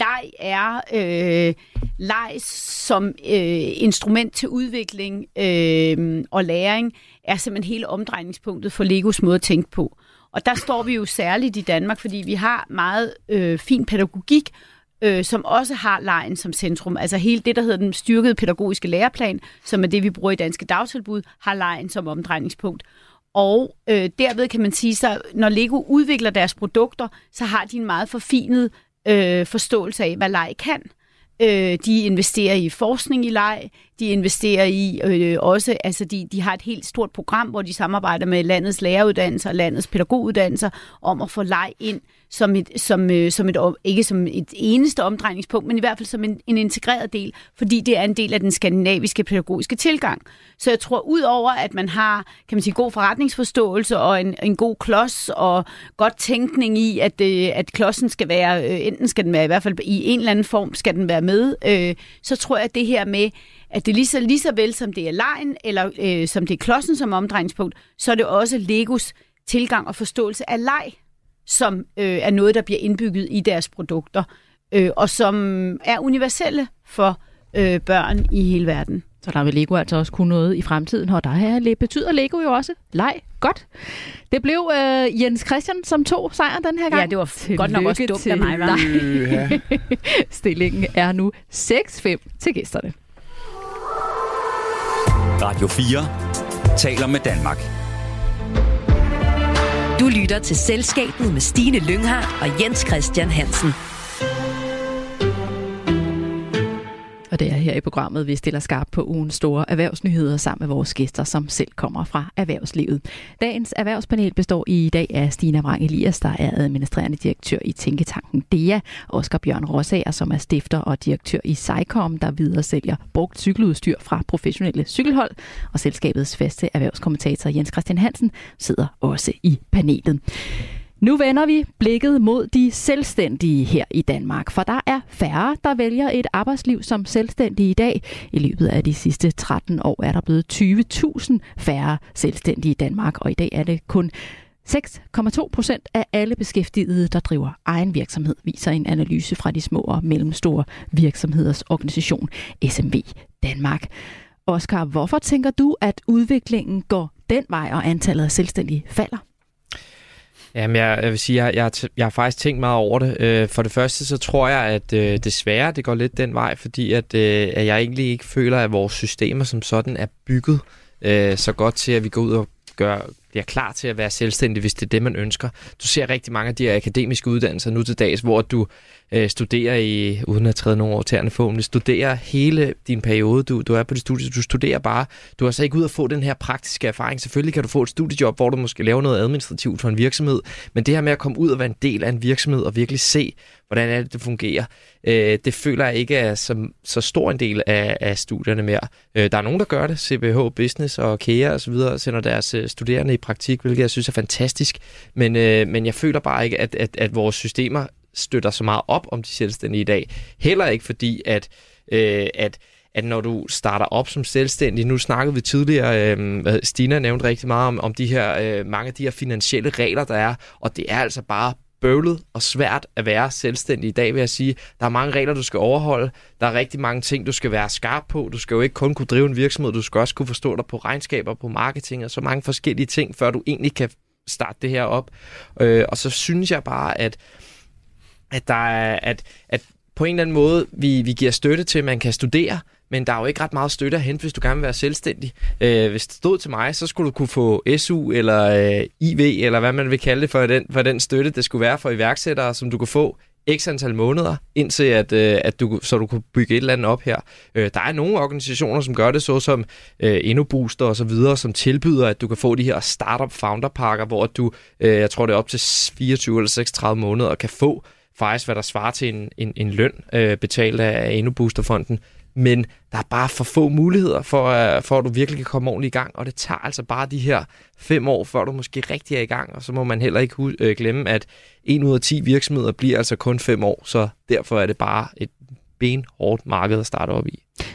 leg som instrument til udvikling og læring er simpelthen hele omdrejningspunktet for Legos måde at tænke på. Og der står vi jo særligt i Danmark, fordi vi har meget fin pædagogik, som også har legen som centrum. Altså hele det, der hedder den styrkede pædagogiske læreplan, som er det, vi bruger i danske dagtilbud, har legen som omdrejningspunkt. Og derved kan man sige, så når Lego udvikler deres produkter, så har de en meget forfinet forståelse af, hvad leg kan. De investerer i forskning i leg, de investerer i også, altså de har et helt stort program, hvor de samarbejder med landets læreruddannelser og landets pædagoguddannelser om at få leg ind ikke som et eneste omdrejningspunkt, men i hvert fald som en integreret del, fordi det er en del af den skandinaviske pædagogiske tilgang. Så jeg tror, ud over at man har, kan man sige, god forretningsforståelse og en god klods og godt tænkning i, at klodsen skal være, enten skal den være i hvert fald i en eller anden form, skal den være med, så tror jeg, at det her med, at det lige så vel som det er legen, eller som det er klodsen som omdrejningspunkt, så er det også Legos tilgang og forståelse af leg, som er noget, der bliver indbygget i deres produkter, og som er universelle for børn i hele verden. Så der vil Lego altså også kunne noget i fremtiden, og der betyder Lego jo også leg. Godt. Det blev Jens Christian, som tog sejren den her gang. Ja, det var godt nok også dumt af mig, var. Stillingen er nu 6-5 til gæsterne. Radio 4 taler med Danmark. Du lytter til Selskabet med Stine Lynghardt og Jens Christian Hansen. Og det er her i programmet, vi stiller skarpt på ugens store erhvervsnyheder sammen med vores gæster, som selv kommer fra erhvervslivet. Dagens erhvervspanel består i dag af Stina Vrang Elias, der er administrerende direktør i tænketanken DEA, Oscar Bjørn Rossager, som er stifter og direktør i Cycom, der videre sælger brugt cykeludstyr fra professionelle cykelhold, og selskabets faste erhvervskommentator Jens Christian Hansen sidder også i panelet. Nu vender vi blikket mod de selvstændige her i Danmark, for der er færre, der vælger et arbejdsliv som selvstændige i dag. I løbet af de sidste 13 år er der blevet 20.000 færre selvstændige i Danmark, og i dag er det kun 6,2% af alle beskæftigede, der driver egen virksomhed, viser en analyse fra de små og mellemstore virksomheders organisation SMV Danmark. Oscar, hvorfor tænker du, at udviklingen går den vej, og antallet af selvstændige falder? Jamen, jeg vil sige, jeg har faktisk tænkt meget over det. For det første, så tror jeg, at desværre det går lidt den vej, fordi at jeg egentlig ikke føler, at vores systemer som sådan er bygget så godt til, at vi går ud og bliver klar til at være selvstændig, hvis det er det, man ønsker. Du ser rigtig mange af de her akademiske uddannelser nu til dags, hvor du studerer uden at træde nogle over tæerne på, men studerer hele din periode. Du er på det studie, du studerer bare. Du er så ikke ud at få den her praktiske erfaring. Selvfølgelig kan du få et studiejob, hvor du måske laver noget administrativt for en virksomhed, men det her med at komme ud og være en del af en virksomhed og virkelig se, hvordan er det fungerer, det føler jeg ikke er så stor en del af studierne mere. Der er nogen, der gør det, CBH Business og KEA og så videre, sender deres studerende i praktik, hvilket jeg synes er fantastisk, men jeg føler bare ikke, at vores systemer støtter så meget op om de selvstændige i dag. Heller ikke fordi, at når du starter op som selvstændig, nu snakkede vi tidligere, Stina nævnte rigtig meget om de her, mange af de her finansielle regler, der er, og det er altså bare bøvlet og svært at være selvstændig i dag, vil jeg sige. Der er mange regler, du skal overholde. Der er rigtig mange ting, du skal være skarp på. Du skal jo ikke kun kunne drive en virksomhed, du skal også kunne forstå dig på regnskaber, på marketing og så mange forskellige ting, før du egentlig kan starte det her op. Og så synes jeg bare, at på en eller anden måde, vi giver støtte til, at man kan studere, men der er jo ikke ret meget støtte at hente, hvis du gerne vil være selvstændig. Hvis det stod til mig, så skulle du kunne få SU eller IV, eller hvad man vil kalde det for den støtte, det skulle være for iværksættere, som du kunne få x antal måneder, indtil så du kunne bygge et eller andet op her. Der er nogle organisationer, som gør det, såsom InnoBooster og så videre, som tilbyder, at du kan få de her startup founder pakker, hvor du, jeg tror det er op til 24 eller 36 måneder, og kan få faktisk, hvad der svarer til en løn betalt af InnoBooster-fonden. Men der er bare for få muligheder for at du virkelig kan komme ordentligt i gang, og det tager altså bare de her 5 år, før du måske rigtig er i gang, og så må man heller ikke glemme, at 1 ud af 10 virksomheder bliver altså kun 5 år, så derfor er det bare et benhårdt marked at starte op i.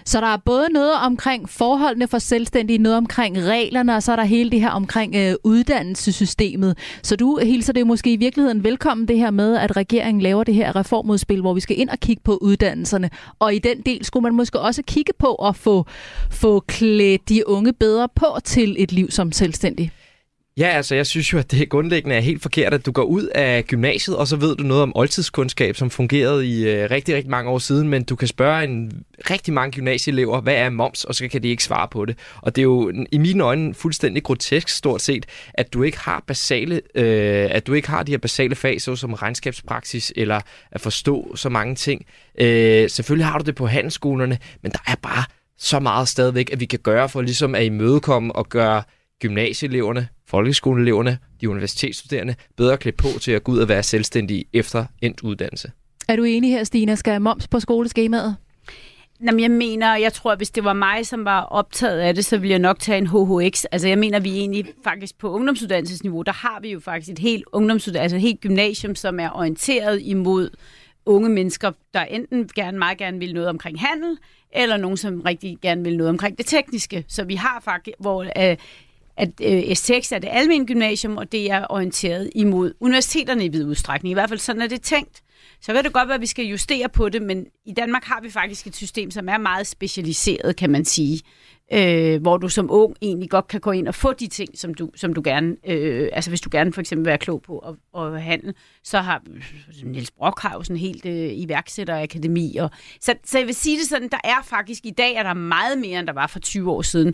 Så der er både noget omkring forholdene for selvstændige, noget omkring reglerne, og så er der hele det her omkring uddannelsessystemet. Så du hilser det måske i virkeligheden velkommen det her med, at regeringen laver det her reformudspil, hvor vi skal ind og kigge på uddannelserne. Og i den del skulle man måske også kigge på at få klædt de unge bedre på til et liv som selvstændig. Ja, altså jeg synes jo, at det grundlæggende er helt forkert, at du går ud af gymnasiet, og så ved du noget om oldtidskundskab, som fungerede i rigtig, rigtig mange år siden, men du kan spørge rigtig mange gymnasieelever, hvad er moms, og så kan de ikke svare på det. Og det er jo i mine øjne fuldstændig grotesk stort set, at du ikke har de her basale fag, såsom regnskabspraksis, eller at forstå så mange ting. Selvfølgelig har du det på handelsskolerne, men der er bare så meget stadigvæk, at vi kan gøre for ligesom at imødekomme og gøre gymnasieeleverne, folkeskoleeleverne, de universitetsstuderende bedre klædt på til at gå ud og være selvstændige efter endt uddannelse. Er du enig her, Stina? Skal moms på skoleskemaet? Jamen, jeg tror, at hvis det var mig, som var optaget af det, så ville jeg nok tage en HHX. Altså, jeg mener, vi er egentlig faktisk på ungdomsuddannelsesniveau, der har vi jo faktisk et helt gymnasium, som er orienteret imod unge mennesker, der enten meget gerne vil noget omkring handel, eller nogen, som rigtig gerne vil noget omkring det tekniske. Så vi har faktisk, hvor STX er det almene gymnasium, og det er orienteret imod universiteterne i vid udstrækning. I hvert fald sådan er det tænkt. Så kan det godt være, at vi skal justere på det, men i Danmark har vi faktisk et system, som er meget specialiseret, kan man sige. Hvor du som ung egentlig godt kan gå ind og få de ting, som du gerne... altså hvis du gerne for eksempel vil være klog på at handle, så har Niels Brock har jo sådan helt iværksætterakademi. Så jeg vil sige det sådan, der er faktisk i dag, er der meget mere, end der var for 20 år siden.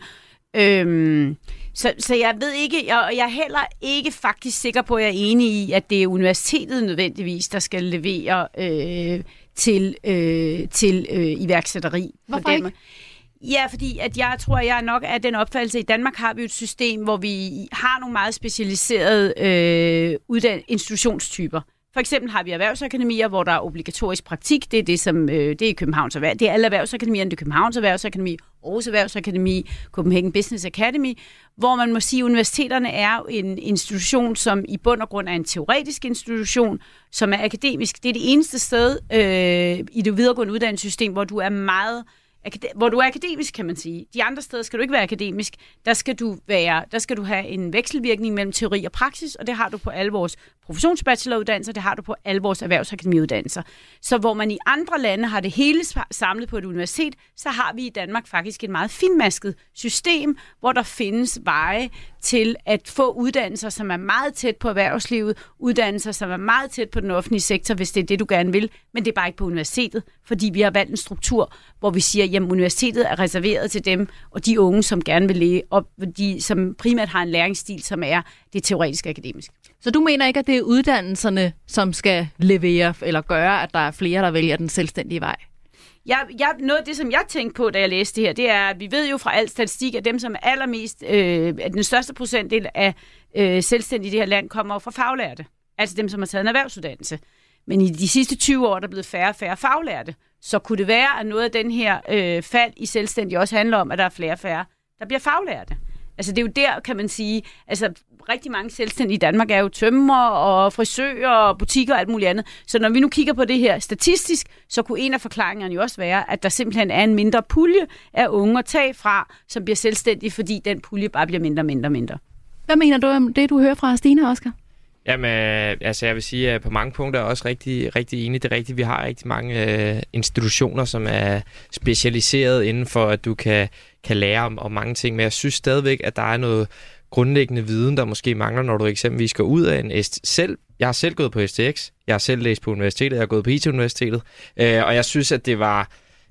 Så jeg ved ikke, jeg er heller ikke faktisk sikker på, at jeg er enig i, at det er universitetet nødvendigvis, der skal levere til iværksætteri. Hvorfor ikke? Ja, fordi at jeg tror, jeg nok er den opfattelse. I Danmark har vi et system, hvor vi har nogle meget specialiserede institutionstyper. For eksempel har vi erhvervsakademier, hvor der er obligatorisk praktik. Det er det, som det er Københavns Erhverv. Det er alle erhvervsakademierne. Det er Københavns Erhvervsakademi, Aarhus Erhvervsakademi, Copenhagen Business Academy, hvor man må sige, at universiteterne er en institution, som i bund og grund er en teoretisk institution, som er akademisk. Det er det eneste sted i det videregående uddannelsessystem, hvor du er akademisk, kan man sige. De andre steder skal du ikke være akademisk. Der skal du have en vekselvirkning mellem teori og praksis, og det har du på alle vores professionsbacheloruddannelser, det har du på alle vores erhvervsakademiuddannelser. Så hvor man i andre lande har det hele samlet på et universitet, så har vi i Danmark faktisk et meget finmasket system, hvor der findes veje til at få uddannelser, som er meget tæt på erhvervslivet, uddannelser, som er meget tæt på den offentlige sektor, hvis det er det, du gerne vil, men det er bare ikke på universitetet, fordi vi har valgt en struktur, hvor vi siger, at universitetet er reserveret til dem, og de unge, som gerne vil lære, og de, som primært har en læringsstil, som er det teoretiske akademiske. Så du mener ikke, at det er uddannelserne, som skal levere eller gøre, at der er flere, der vælger den selvstændige vej? Noget af det, som jeg tænkte på, da jeg læste det her, det er, at vi ved jo fra al statistik, at dem, som er allermest, den største procentdel af selvstændige i det her land, kommer fra faglærte. Altså dem, som har taget en erhvervsuddannelse. Men i de sidste 20 år er der blevet færre og færre faglærte. Så kunne det være, at noget af den her fald i selvstændige også handler om, at der er flere og færre, der bliver faglærte. Altså det er jo der, kan man sige, altså rigtig mange selvstændige i Danmark er jo tømrer og frisører og butikker og alt muligt andet. Så når vi nu kigger på det her statistisk, så kunne en af forklaringerne jo også være, at der simpelthen er en mindre pulje af unge at tage fra, som bliver selvstændige, fordi den pulje bare bliver mindre. Hvad mener du om det, du hører fra Stine og Oscar? Jamen, altså jeg vil sige, at på mange punkter er jeg også rigtig, rigtig enig. Det er rigtigt, vi har rigtig mange institutioner, som er specialiseret inden for, at du kan lære om mange ting. Men jeg synes stadigvæk, at der er noget grundlæggende viden, der måske mangler, når du eksempelvis går ud af en Jeg har selv gået på STX, jeg har selv læst på universitetet, jeg har gået på IT-universitetet, og jeg synes, at det var...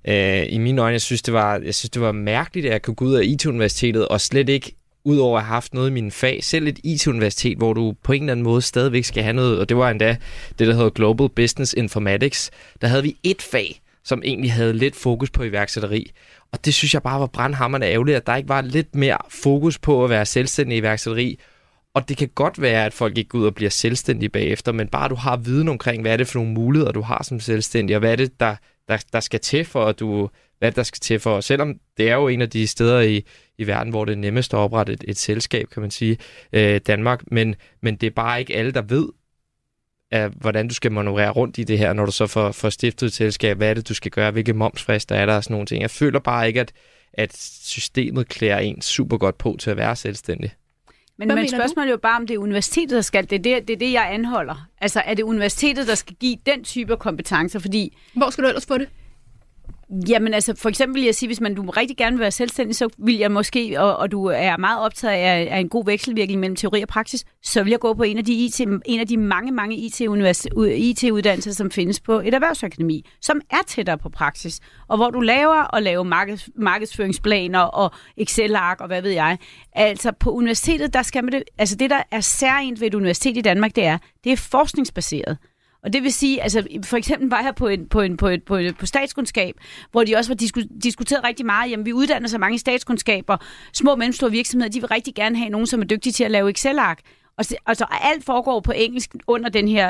I mine øjne, jeg synes, det var mærkeligt, at jeg kunne gå ud af IT-universitetet og slet ikke udover at have haft noget i mine fag, selv et IT-universitet, hvor du på en eller anden måde stadigvæk skal have noget, og det var endda det, der hedder Global Business Informatics. Der havde vi et fag, som egentlig havde lidt fokus på iværksætteri. Og det synes jeg bare var brandhamrende ærgerligt, at der ikke var lidt mere fokus på at være selvstændig iværksætteri. Og det kan godt være, at folk ikke går ud og bliver selvstændige bagefter, men bare du har viden omkring, hvad er det for nogle muligheder, du har som selvstændig, og hvad er det, der skal til for, at du... Hvad der skal til for, selvom det er jo en af de steder i verden, hvor det er nemmest at oprette et selskab, kan man sige, Danmark, men det er bare ikke alle, der ved, af, hvordan du skal manøvrere rundt i det her, når du så får stiftet et selskab. Hvad er det, du skal gøre? Hvilke momsfrister er der og sådan nogle ting? Jeg føler bare ikke, at systemet klæder en super godt på til at være selvstændig. Men spørgsmålet er jo bare, om det er universitetet, der skal. Det er det, jeg anholder. Altså, er det universitetet, der skal give den type af kompetencer? Fordi... Hvor skal du ellers få det? Jamen altså, for eksempel jeg siger, hvis du rigtig gerne vil være selvstændig, så vil jeg måske, og du er meget optaget af en god vekselvirkning mellem teori og praksis, så vil jeg gå på en af de mange IT-uddannelser, som findes på et erhvervsakademi, som er tættere på praksis, og hvor du laver markedsføringsplaner og Excel-ark og hvad ved jeg. Altså på universitetet, der skal man det, altså det, der er særligt ved et universitet i Danmark, det er forskningsbaseret. Og det vil sige, altså for eksempel var jeg på statskundskab, hvor de også var diskuteret rigtig meget, jamen vi uddanner så mange statskundskaber, små og mellemstore virksomheder, de vil rigtig gerne have nogen, som er dygtige til at lave Excel-ark. Altså alt foregår på engelsk under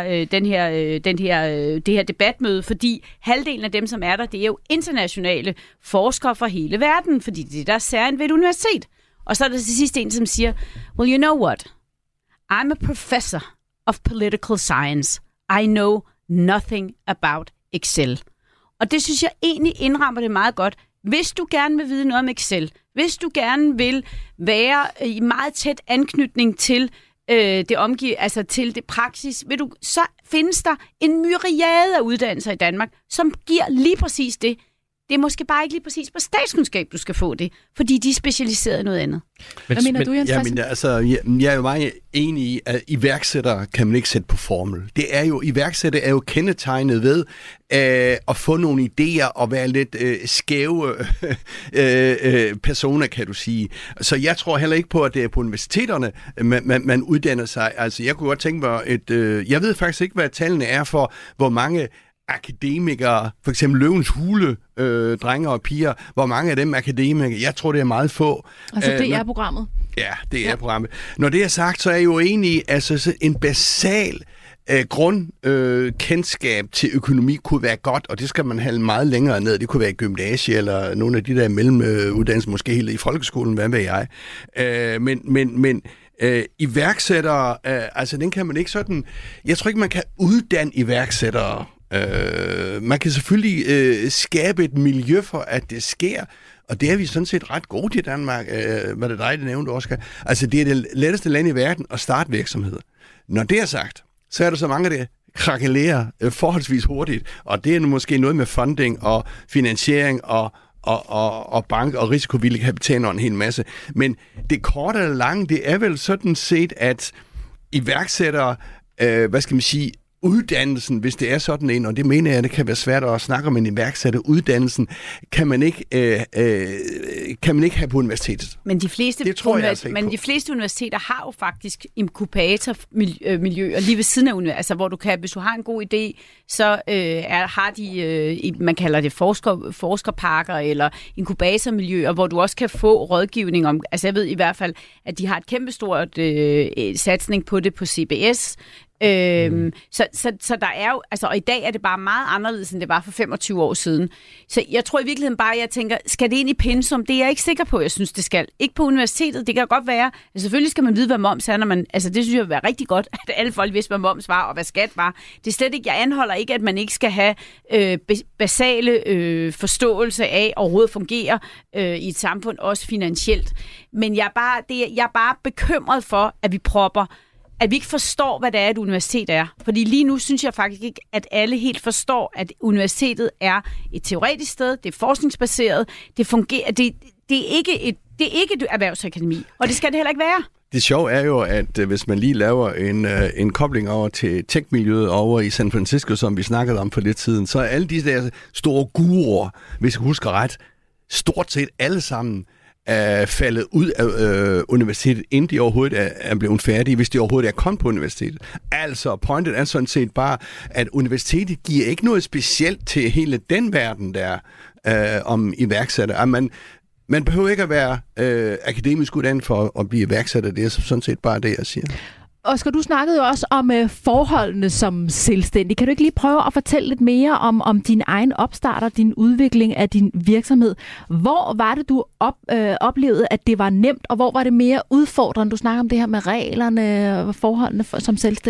det her debatmøde, fordi halvdelen af dem, som er der, det er jo internationale forskere fra hele verden, fordi det er der særligt ved et universitet. Og så er der til sidst en, som siger, well, you know what? I'm a professor of political science. I know nothing about Excel. Og det synes jeg egentlig indrammer det meget godt. Hvis du gerne vil vide noget om Excel, hvis du gerne vil være i meget tæt anknytning til til det praksis, så findes der en myriade af uddannelser i Danmark, som giver lige præcis det. Det er måske bare ikke lige præcis på statskundskab, du skal få det, fordi de er specialiseret i noget andet. Hvad mener du, Jens? Jeg er jo meget enig i, at iværksættere kan man ikke sætte på formel. Iværksætter er jo kendetegnet ved at få nogle idéer og være lidt skæve personer, kan du sige. Så jeg tror heller ikke på, at det er på universiteterne, man uddanner sig. Altså, jeg kunne godt tænke mig, jeg ved faktisk ikke, hvad tallene er for, hvor mange akademikere, for eksempel Løvens Hule, drenge og piger, hvor mange af dem er akademikere? Jeg tror, det er meget få. Altså det er programmet? Ja, det er programmet. Når det er sagt, så er jeg jo egentlig en basal grundkendskab til økonomi kunne være godt, og det skal man have meget længere ned. Det kunne være i gymnasie eller nogle af de der mellemuddannelser, måske helt i folkeskolen, hvad ved jeg. Men iværksættere, altså den kan man ikke sådan... Jeg tror ikke, man kan uddanne iværksættere. Man kan selvfølgelig skabe et miljø for, at det sker, og det er vi sådan set ret gode til i Danmark. Hvad det dig, det nævnte, Oscar. Altså, det er det letteste land i verden at starte virksomheder. Når det er sagt, så er der så mange, der krakelerer forholdsvis hurtigt, og det er måske noget med funding og finansiering og bank og risikovillig kapital og en hel masse. Men det korte eller lange, det er vel sådan set, at iværksættere, uddannelsen, hvis det er sådan en, og det mener jeg, det kan være svært at snakke om en iværksætter, uddannelsen kan man ikke have på universitetet. Men de fleste universiteter har jo faktisk inkubatormiljøer lige ved siden af universitetet, altså hvor du kan, hvis du har en god idé, så har de, man kalder det forskerparker eller inkubatormiljøer, hvor du også kan få rådgivning om, altså jeg ved i hvert fald, at de har et kæmpestort satsning på det på CBS. Så der er jo, altså, og i dag er det bare meget anderledes, end det var for 25 år siden. Så jeg tror i virkeligheden bare, jeg tænker, skal det ind i pensum? Det er jeg ikke sikker på, jeg synes, det skal. Ikke på universitetet, det kan godt være. Altså, selvfølgelig skal man vide, hvad moms er, når man, altså det synes jeg vil være rigtig godt, at alle folk vidste, hvad moms var og hvad skat var. Det er slet ikke, jeg anholder ikke, at man ikke skal have basale forståelse af overhovedet fungere i et samfund, også finansielt. Men jeg er bare bekymret for, at vi ikke forstår, hvad det er, et universitet er. Fordi lige nu synes jeg faktisk ikke, at alle helt forstår, at universitetet er et teoretisk sted, det er forskningsbaseret, det fungerer, det er ikke et erhvervsakademi, og det skal det heller ikke være. Det sjove er jo, at hvis man lige laver en kobling over til tech-miljøet over i San Francisco, som vi snakkede om for lidt siden, så er alle de der store guruer, hvis jeg husker ret, stort set alle sammen faldet ud af universitetet, inden de overhovedet er blevet færdige, hvis de overhovedet er kommet på universitetet. Altså, pointet er sådan set bare, at universitetet giver ikke noget specielt til hele den verden, der om iværksætter. Man behøver ikke at være akademisk uddannet for at blive iværksætter. Det er sådan set bare det, jeg siger. Oscar, du snakkede jo også om forholdene som selvstændig. Kan du ikke lige prøve at fortælle lidt mere om din egen opstart og din udvikling af din virksomhed? Hvor var det, du oplevede, at det var nemt, og hvor var det mere udfordrende? Du snakker om det her med reglerne og forholdene som selvstændig.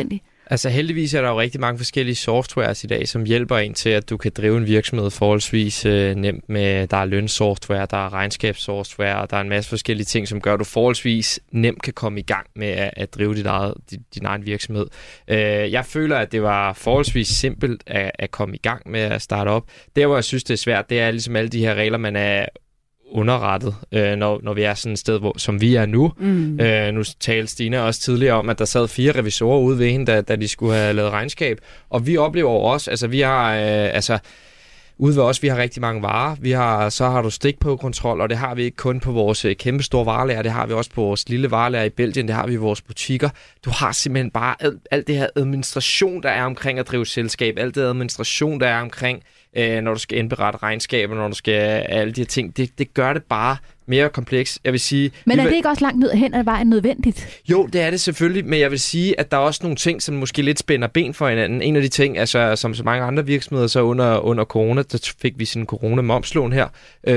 Altså heldigvis er der jo rigtig mange forskellige softwares i dag, som hjælper en til, at du kan drive en virksomhed forholdsvis nemt med, der er lønsoftware, der er regnskabssoftware, og der er en masse forskellige ting, som gør, at du forholdsvis nemt kan komme i gang med at drive din egen virksomhed. Jeg føler, at det var forholdsvis simpelt at komme i gang med at starte op. Der, hvor jeg synes, det er svært, det er ligesom alle de her regler, man er underrettet, når vi er sådan et sted, som vi er nu. Nu talte Stine også tidligere om, at der sad 4 revisorer ude ved hende, da de skulle have lavet regnskab. Og vi oplever også, altså vi har, ude ved os, vi har rigtig mange varer. Så har du stikprøvekontrol, og det har vi ikke kun på vores kæmpe store varelager, det har vi også på vores lille varelager i Belgien, det har vi i vores butikker. Du har simpelthen bare alt det her administration, der er omkring at drive selskab, alt det administration, der er omkring når du skal indberette regnskaber, når du skal alle de her ting. Det gør det bare mere kompleks. Jeg vil sige... Men er det ikke også langt ned hen ad vejen nødvendigt? Jo, det er det selvfølgelig, men jeg vil sige, at der er også nogle ting, som måske lidt spænder ben for hinanden. En af de ting, altså som så mange andre virksomheder, så under corona, der fik vi sådan en corona-momslån her.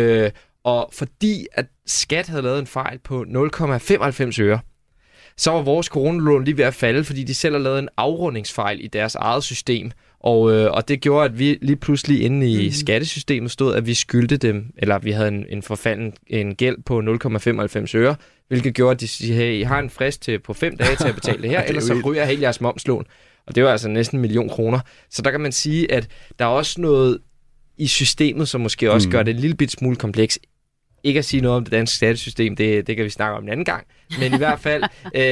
Og fordi at Skat havde lavet en fejl på 0,95 øre, så var vores coronalån lige ved at falde, fordi de selv har lavet en afrundingsfejl i deres eget system. Og det gjorde, at vi lige pludselig inde i skattesystemet stod, at vi skyldte dem, eller vi havde en gæld på 0,95 øre, hvilket gjorde, at de siger, hey, I har en frist på 5 dage til at betale det her, ellers så ryger hele jeres momslån. Og det var altså næsten 1 million kroner. Så der kan man sige, at der er også noget i systemet, som måske også gør det en lille bit smule kompleks. Ikke at sige noget om det danske skattesystem, det kan vi snakke om en anden gang. Men i hvert fald,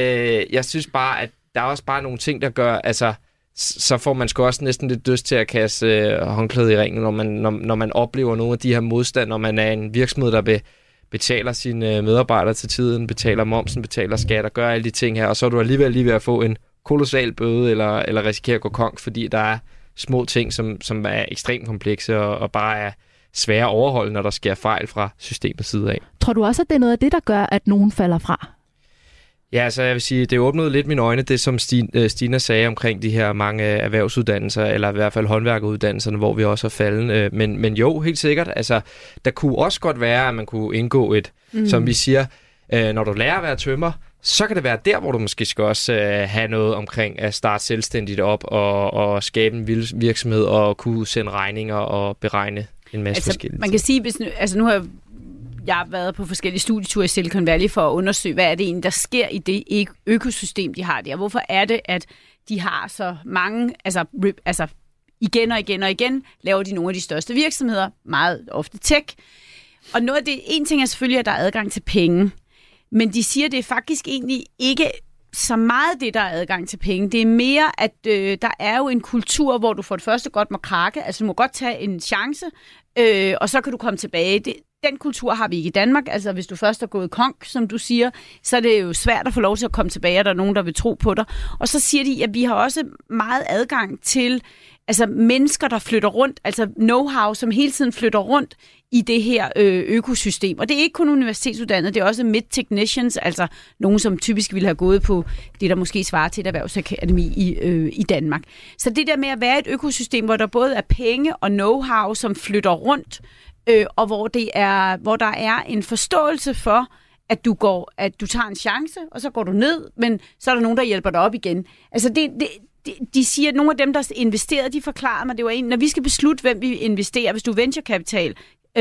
jeg synes bare, at der er også bare nogle ting, der gør, altså, så får man sgu også næsten lidt lyst til at kaste håndklædet i ringen, når man oplever nogle af de her modstand, når man er en virksomhed, der betaler sine medarbejdere til tiden, betaler momsen, betaler skat og gør alle de ting her, og så er du alligevel lige ved at få en kolossal bøde, eller risikere at gå konk, fordi der er små ting, som er ekstremt komplekse og bare er svære at overholde, når der sker fejl fra systemets side af. Tror du også, at det er noget af det, der gør, at nogen falder fra? Ja, altså jeg vil sige, det åbnede lidt mine øjne, det som Stina sagde omkring de her mange erhvervsuddannelser, eller i hvert fald håndværkeruddannelserne, hvor vi også er falden. Men jo, helt sikkert. Altså, der kunne også godt være, at man kunne indgå som vi siger, når du lærer at være tømrer, så kan det være der, hvor du måske skal også have noget omkring at starte selvstændigt op og skabe en virksomhed og kunne sende regninger og beregne en masse forskellige. Man kan sige, nu har jeg har været på forskellige studieture i Silicon Valley for at undersøge, hvad er det egentlig, der sker i det økosystem, de har der. Hvorfor er det, at de har så mange, altså igen og igen laver de nogle af de største virksomheder, meget ofte tech. Og noget af det, en ting er selvfølgelig, at der er adgang til penge, men de siger, at det er faktisk egentlig ikke så meget det, der er adgang til penge. Det er mere, at der er jo en kultur, hvor du for det første godt må krakke, altså du må godt tage en chance, og så kan du komme tilbage. Den kultur har vi ikke i Danmark. Altså hvis du først er gået konk, som du siger, så er det jo svært at få lov til at komme tilbage, og der er nogen, der vil tro på dig. Og så siger de, at vi har også meget adgang til mennesker, der flytter rundt, altså know-how, som hele tiden flytter rundt i det her økosystem. Og det er ikke kun universitetsuddannede, det er også mid-technicians, altså nogen, som typisk ville have gået på det, der måske svarer til et erhvervsakademi i Danmark. Så det der med at være et økosystem, hvor der både er penge og know-how, som flytter rundt, og hvor der er en forståelse for, at du tager en chance, og så går du ned, men så er der nogen, der hjælper dig op igen. Altså de siger, at nogle af dem, der investerede, de forklarer mig, det var når vi skal beslutte, hvem vi investerer, hvis du er venturekapital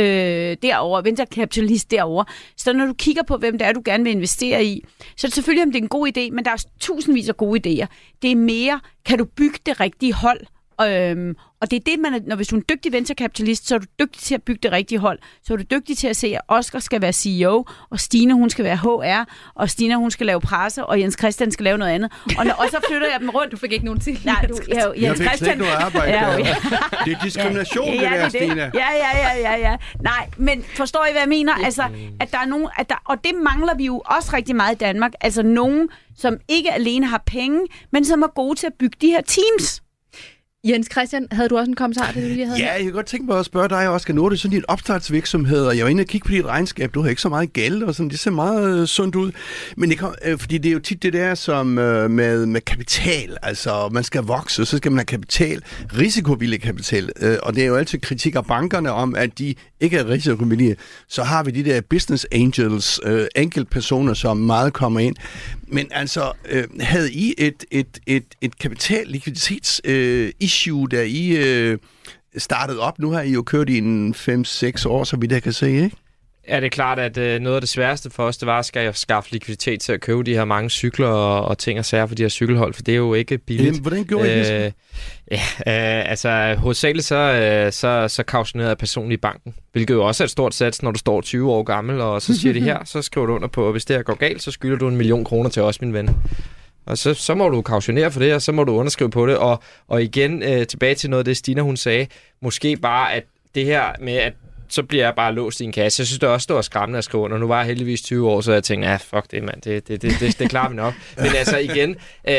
derovre, venturekapitalist derovre, så når du kigger på, hvem det er, du gerne vil investere i, så er det selvfølgelig, om det er en god idé, men der er tusindvis af gode idéer. Det er mere, kan du bygge det rigtige hold? Og det er det, hvis du er en dygtig venturekapitalist, så er du dygtig til at bygge det rigtige hold. Så er du dygtig til at se, at Oscar skal være CEO, og Stine, hun skal være HR, og Stina, hun skal lave presse, og Jens Christian skal lave noget andet. Og så flytter jeg dem rundt. Du fik ikke nogen til. Nej, Jens Christian. Ikke noget arbejde. Det er diskrimination, det der, Stina. Ja. Nej, men forstår I, hvad jeg mener? Altså, at der er nogen, og det mangler vi jo også rigtig meget i Danmark. Altså nogen, som ikke alene har penge, men som er gode til at bygge de her teams. Jens Christian, havde du også en kommentar til det, du lige havde? Ja, jeg kan godt tænke mig at spørge dig, Oscar. Nu er det sådan din opstartsvirksomhed, og jeg var inde og kigge på dit regnskab. Du har ikke så meget gæld, og sådan, det ser meget sundt ud. Men fordi det er jo tit det der som med kapital. Altså, man skal vokse, så skal man have kapital. Risikovillig kapital. Og det er jo altid kritik af bankerne om, at de ikke er risikovillige, så har vi de der business angels, enkeltpersoner, som meget kommer ind. Men altså, havde I et kapital-likviditets-issue, da I startede op? Nu har I jo kørt i en 5-6 år, så vidt jeg kan se, ikke? Ja, det er klart, at noget af det sværeste for os, det var at skaffe likviditet til at købe de her mange cykler og ting og sager for de her cykelhold, for det er jo ikke billigt. Hvordan gjorde I det? Altså, hovedsageligt så kautionerede jeg personligt i banken, hvilket jo også er et stort sats, når du står 20 år gammel, og så siger de her, så skriver du under på, at hvis det her går galt, så skylder du 1 million kroner til os, min ven. Og så må du kautionere for det, og så må du underskrive på det. Og igen, tilbage til noget af det, Stina hun sagde, måske bare, at det her med, at så bliver jeg bare låst i en kasse. Jeg synes, det også var skræmmende at skrive under. Nu var jeg heldigvis 20 år, så jeg tænkte, fuck det, mand. Det klarer vi nok. Men altså igen,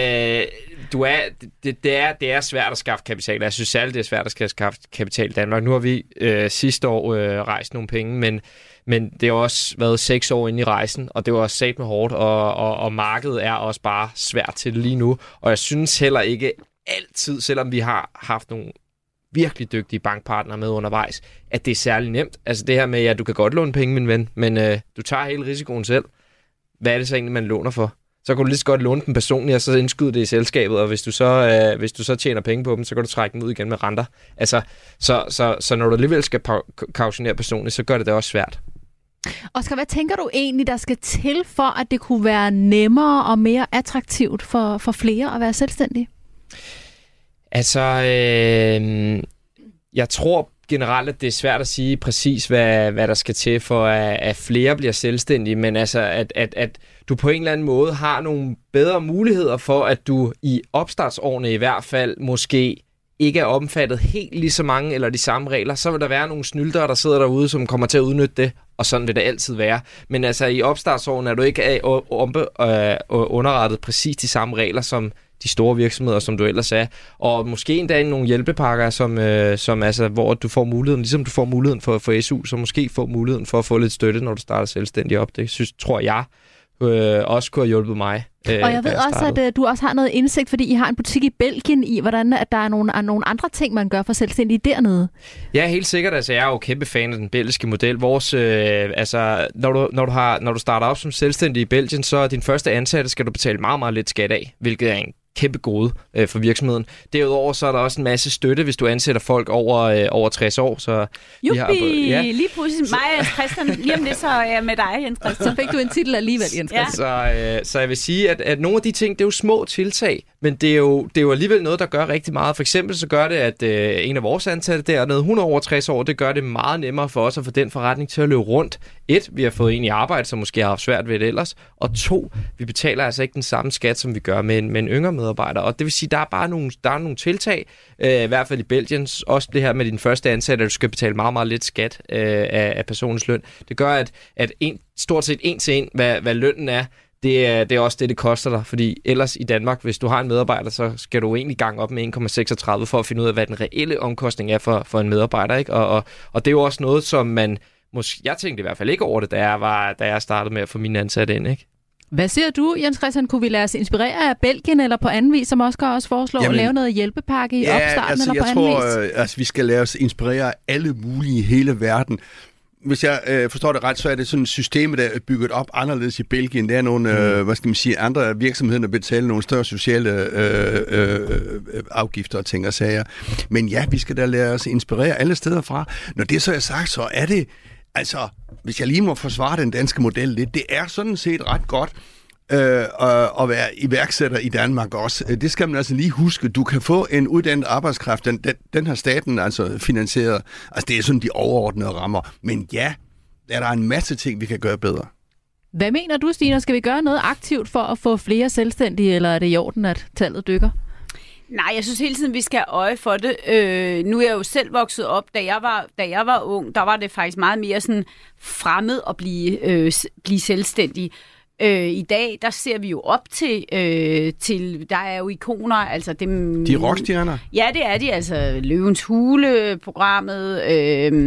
det er svært at skaffe kapital. Jeg synes særligt, det er svært at skaffe kapital i Danmark. Nu har vi sidste år rejst nogle penge, men det har også været 6 år inde i rejsen, og det var også sat med hårdt, og markedet er også bare svært til det lige nu. Og jeg synes heller ikke altid, selvom vi har haft nogle virkelig dygtige bankpartnere med undervejs, at det er særlig nemt. Altså det her med, at du kan godt låne penge, min ven, men du tager hele risikoen selv. Hvad er det så egentlig, man låner for? Så kan du lige så godt låne den personligt, og så indskyde det i selskabet, og hvis du så tjener penge på dem, så kan du trække dem ud igen med renter. Altså, så når du alligevel skal kautionere personligt, så gør det også svært. Oscar, hvad tænker du egentlig, der skal til for, at det kunne være nemmere og mere attraktivt for flere at være selvstændige? Altså, jeg tror generelt, at det er svært at sige præcis, hvad der skal til for, at flere bliver selvstændige, men altså, at du på en eller anden måde har nogle bedre muligheder for, at du i opstartsårene i hvert fald måske ikke er omfattet helt lige så mange eller de samme regler, så vil der være nogle snyltere, der sidder derude, som kommer til at udnytte det, og sådan vil det altid være. Men altså, i opstartsårene er du ikke underrettet præcis de samme regler, som de store virksomheder, som du ellers er. Og måske endda nogle hjælpepakker, som altså, hvor du får muligheden, ligesom du får muligheden for SU, så måske får muligheden for at få lidt støtte, når du starter selvstændig op. Det tror jeg også kunne have hjulpet mig. Og jeg ved også, at du også har noget indsigt, fordi I har en butik i Belgien i, hvordan at der er nogle andre ting, man gør for selvstændige dernede. Ja, helt sikkert. Altså, jeg er jo kæmpe fan af den belgiske model. Vores, når du starter op som selvstændig i Belgien, så din første ansatte skal du betale meget, meget lidt skat af, hvilket er en kæmpe gode for virksomheden. Derudover så er der også en masse støtte, hvis du ansætter folk over 60 år. Så lige pludselig mig, Jens Christian. Lige om det, så er jeg med dig, Jens Christian. Så fik du en titel alligevel, Jens Christian. Ja. Så jeg vil sige, at nogle af de ting, det er jo små tiltag, men det er jo alligevel noget, der gør rigtig meget. For eksempel så gør det, at en af vores ansatte dernede, hun er over 60 år, det gør det meget nemmere for os at få den forretning til at løbe rundt. 1, vi har fået en i arbejde, som måske har haft svært ved det ellers. Og 2, vi betaler altså ikke den samme skat, som vi gør med en yngre medarbejder. Og det vil sige, der er bare nogle tiltag, i hvert fald i Belgien, også det her med din første ansatte, at du skal betale meget, meget lidt skat af personens løn. Det gør, at stort set 1 til 1, hvad lønnen er, det er også det koster dig. Fordi ellers i Danmark, hvis du har en medarbejder, så skal du egentlig gange op med 1,36 for at finde ud af, hvad den reelle omkostning er for en medarbejder. Ikke? Og det er jo også noget, som man jeg tænkte i hvert fald ikke over det, da jeg startede med at få mine ansatte ind, ikke? Hvad siger du, Jens Christian? Kunne vi lade os inspirere af Belgien eller på anden vis, som Oscar også foreslår, at lave noget hjælpepakke i opstarten eller på anden vis? Jeg tror, vi skal lade os inspirere af alle mulige i hele verden. Hvis jeg forstår det ret, så er det sådan et system, der er bygget op anderledes i Belgien. Der er nogle, andre virksomheder, der betaler nogle større sociale afgifter og ting og sager. Men ja, vi skal da lade os inspirere alle steder fra. Når det så er sagt, så er det, altså, hvis jeg lige må forsvare den danske model lidt, det er sådan set ret godt at være iværksætter i Danmark også. Det skal man altså lige huske. Du kan få en uddannet arbejdskraft, den har staten altså finansieret. Altså det er sådan de overordnede rammer. Men ja, der er en masse ting, vi kan gøre bedre. Hvad mener du, Stina? Skal vi gøre noget aktivt for at få flere selvstændige, eller er det i orden, at tallet dykker? Nej, jeg synes hele tiden, vi skal have øje for det. Nu er jeg jo selv vokset op. Da jeg var ung, der var det faktisk meget mere sådan fremmed at blive selvstændig. I dag, der ser vi jo op til der er jo ikoner, altså dem... De rockstjerner? Ja, det er de, altså Løvens Hule-programmet,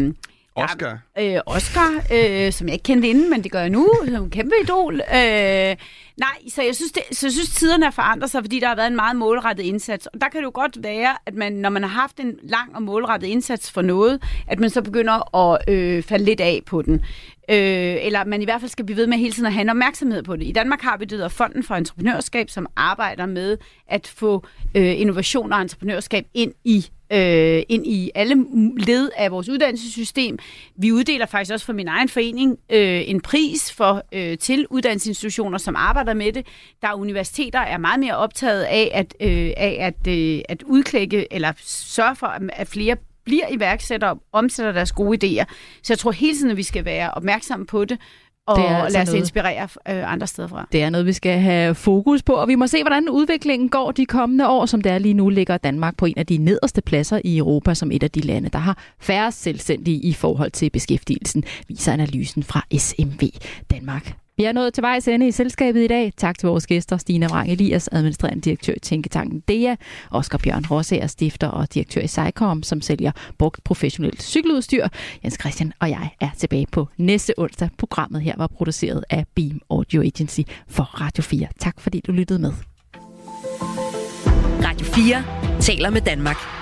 Oscar? Oscar, som jeg ikke kendte inden, men det gør jeg nu, som en kæmpe idol. Nej, så jeg synes, tiderne er forandret sig, fordi der har været en meget målrettet indsats. Og der kan det jo godt være, at man, når man har haft en lang og målrettet indsats for noget, at man så begynder at falde lidt af på den. Eller man i hvert fald skal blive ved med hele tiden at have en opmærksomhed på det. I Danmark har vi det, der Fonden for Entreprenørskab, som arbejder med at få innovation og entreprenørskab ind i alle led af vores uddannelsessystem. Vi uddeler faktisk også for min egen forening en pris til uddannelsesinstitutioner, som arbejder med det. Der er universiteter, er meget mere optaget af at udklække eller sørge for, at flere bliver iværksættere og omsætter deres gode idéer. Så jeg tror hele tiden, at vi skal være opmærksomme på det, og lade os inspirere andre steder fra. Det er noget, vi skal have fokus på, og vi må se, hvordan udviklingen går de kommende år. Som det er lige nu, ligger Danmark på en af de nederste pladser i Europa, som et af de lande, der har færre selvstændige i forhold til beskæftigelsen, viser analysen fra SMV Danmark. Vi er nået til vejs ende i selskabet i dag. Tak til vores gæster, Stina Vrang Elias, administrerende direktør i Tænketanken DEA, Oscar Bjørn Rosager, stifter og direktør i Cycom, som sælger brugt professionelt cykeludstyr. Jens Christian og jeg er tilbage på næste onsdag. Programmet her var produceret af Beam Audio Agency for Radio 4. Tak fordi du lyttede med. Radio 4 taler med Danmark.